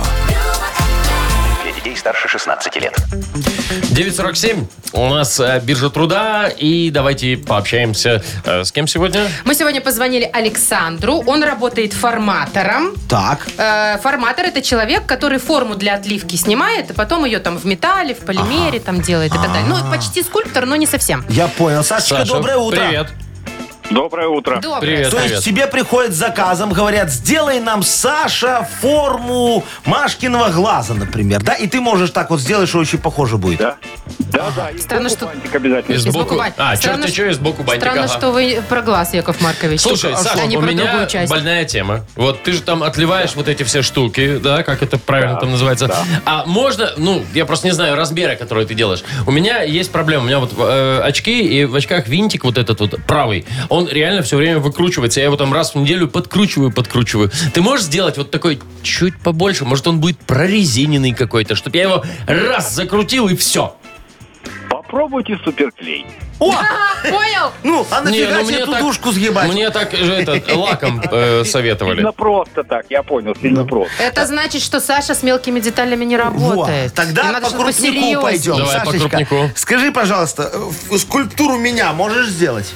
Для детей старше 16 лет. 9:47. У нас биржа труда. И давайте пообщаемся. С кем сегодня? Мы сегодня позвонили Александру. Он работает форматором. Так. Форматор — это человек, который форму для отливки снимает, и потом ее там в металле, в полимере там делает и так далее. Ну, почти скульптор, но не совсем. Я понял. Сашечка, Саша, доброе утро. Привет. Доброе утро. Доброе. Привет, То привет. есть тебе приходят с заказом, говорят, сделай нам, Саша, форму Машкиного глаза, например, да? И ты можешь так вот сделать, что очень похоже будет. Да. Да. И Странно, сбоку что- бантик обязательно. И Из сбоку. боку бантика. Черт, что и сбоку бантика. Странно, ага. что вы про глаз, Яков Маркович. Слушай, а Саша, не у про меня другую часть. больная тема. Вот ты же там отливаешь вот эти все штуки, да, как это правильно там называется. А можно, я просто не знаю размера, который ты делаешь. У меня есть проблема. У меня вот очки, и в очках винтик вот этот вот правый, он реально все время выкручивается. Я его там раз в неделю подкручиваю. Ты можешь сделать вот такой чуть побольше? Может, он будет прорезиненный какой-то, чтобы я его раз закрутил и все. Попробуйте суперклей. О! Понял? Ну, а нафига тебе эту душку сгибать? Мне так же лаком советовали. Сильно просто так, я понял, сильно просто. Это значит, что Саша с мелкими деталями не Во, работает. тогда И надо, по чтобы крупнику посерьезнее. пойдем. Давай по Сашечка, крупнику. скажи, пожалуйста, скульптуру меня можешь сделать?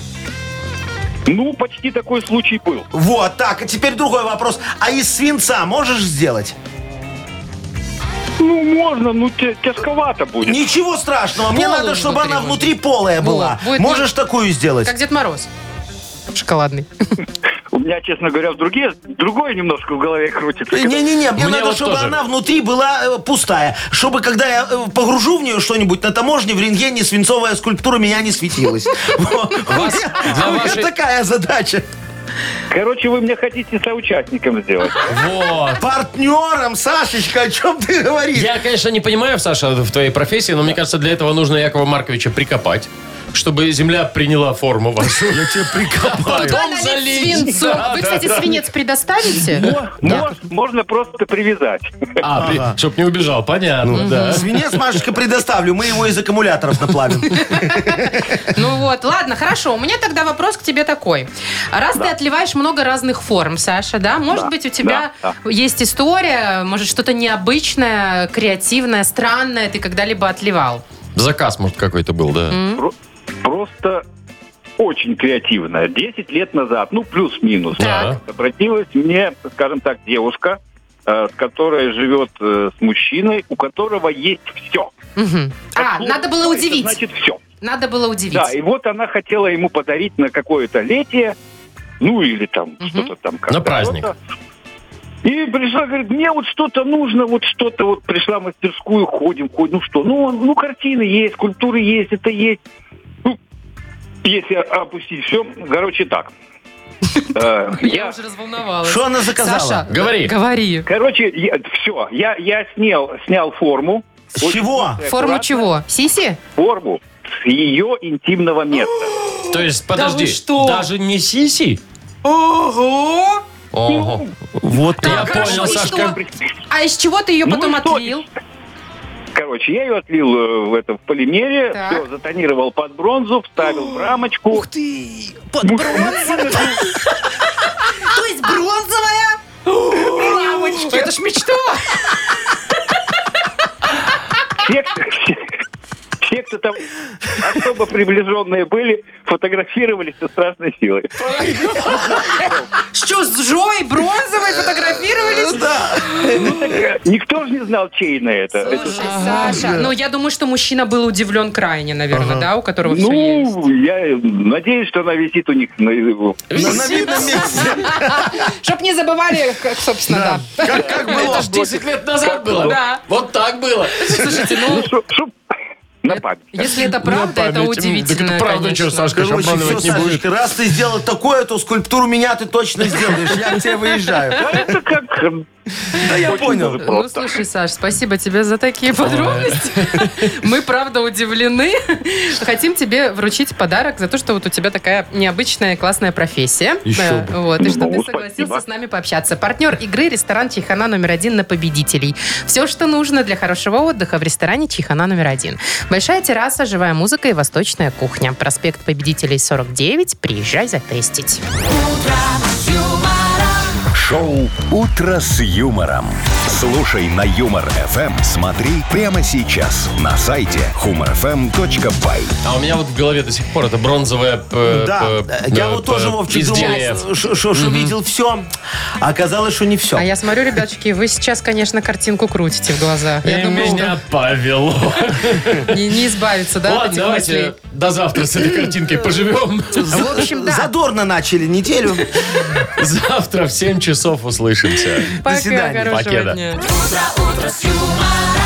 Ну, почти такой случай был. Вот, так, а теперь другой вопрос. А из свинца можешь сделать? Ну, можно, тяжковато будет. Ничего страшного, мне Полую надо, чтобы внутри она можно. внутри полая была. будет Можешь такую сделать? Как Дед Мороз. Шоколадный. У меня, честно говоря, другое немножко в голове крутится. Не-не-не, мне Мне надо, вот чтобы тоже. она внутри была пустая. Чтобы, когда я погружу в нее что-нибудь на таможне, в рентгене свинцовая скульптура меня не светилась. Вот. У меня вашей- такая задача. Короче, вы мне хотите соучастником сделать. Вот. Партнером, Сашечка, о чем ты говоришь? Я, конечно, не понимаю, Саша, в твоей профессии, но мне кажется, для этого нужно Якова Марковича прикопать, чтобы земля приняла форму вашу. Я тебя прикопаю. Потом Налить залить. свинцу. Да, Вы, да, кстати, да. свинец предоставите? Можно просто привязать. Чтоб не убежал, понятно, да. Свинец, Машечка, предоставлю. Мы его из аккумуляторов наплавим. Ну вот, ладно, хорошо. У меня тогда вопрос к тебе такой. Раз ты отливаешь много разных форм, Саша, да? Может быть, у тебя есть история, может, что-то необычное, креативное, странное ты когда-либо отливал? Заказ, может, какой-то был, да? Просто очень креативная. 10 лет назад, плюс-минус, Так. обратилась мне, скажем так, девушка, с которой живет с мужчиной, у которого есть все. Мгм. Надо было удивить. Значит, все. Надо было удивить. Да, и вот она хотела ему подарить на какое-то летие, или там что-то там. На когда-то. праздник. И пришла, говорит, мне вот что-то нужно, пришла в мастерскую, ходим, картины есть, скульптуры есть, это есть. Если опустить все, так. Я уже разволновалась. Что она заказала? Саша, Говори. Говори. Я снял форму. С чего? Форму чего? Сиси? Форму с ее интимного места. То есть, подожди, вы что? даже не сиси? Ого! Ого. Вот Я так. понял, и Сашка. что? А из чего ты ее потом и что? отлил? Я ее отлил в полимере, Так. все, затонировал под бронзу, вставил в рамочку. Ух ты! Под бронзу. То есть бронзовая? Ламочка. Это ж мечта. Все, кто там особо приближенные были, фотографировались со страшной силой. Что, с Жой бронзовой фотографировались? Никто же не знал, чей на это. Слушай, Саша, я думаю, что мужчина был удивлен крайне, наверное, да, у которого все есть. Я надеюсь, что она висит у них на видном месте. Чтоб не забывали, собственно, да. Как было? Это ж 10 лет назад было. Да. Вот так было. Слушайте, На память. Если это правда, это память. удивительно, Так это правда, конечно. что Сашка Короче, все, обманывать не будет. Сашечка, раз ты сделал такое, то скульптуру меня ты точно сделаешь. Я к тебе выезжаю. А это как... Да я Очень понял. даже Ну, просто. слушай, Саш, спасибо тебе за такие подробности. Мы, правда, удивлены. Хотим тебе вручить подарок за то, что вот у тебя такая необычная классная профессия. Еще бы. Вот, и что Ну, ты согласился спасибо. с нами пообщаться. Партнер игры — ресторан «Чайхана» №1 на Победителей. Все, что нужно для хорошего отдыха в ресторане «Чайхана» №1. Большая терраса, живая музыка и восточная кухня. Проспект Победителей, 49. Приезжай затестить. Шоу «Утро с юмором». Слушай на Юмор ФМ. Смотри прямо сейчас на сайте humorfm.by. А у меня вот в голове до сих пор это бронзовое Да, я вот тоже, Вовчик, изделие. думал, что видел все, а оказалось, что не все. А я смотрю, ребятушки, вы сейчас, конечно, картинку крутите в глаза. И Я думаю, меня повело. не избавиться, да, от Ладно, этих давайте мыслей. до завтра с этой картинкой поживем. В общем, да. Задорно начали неделю. Завтра в 7 часов услышимся. Пока, свидания. хорошего Покеда. дня. Утро с юмором.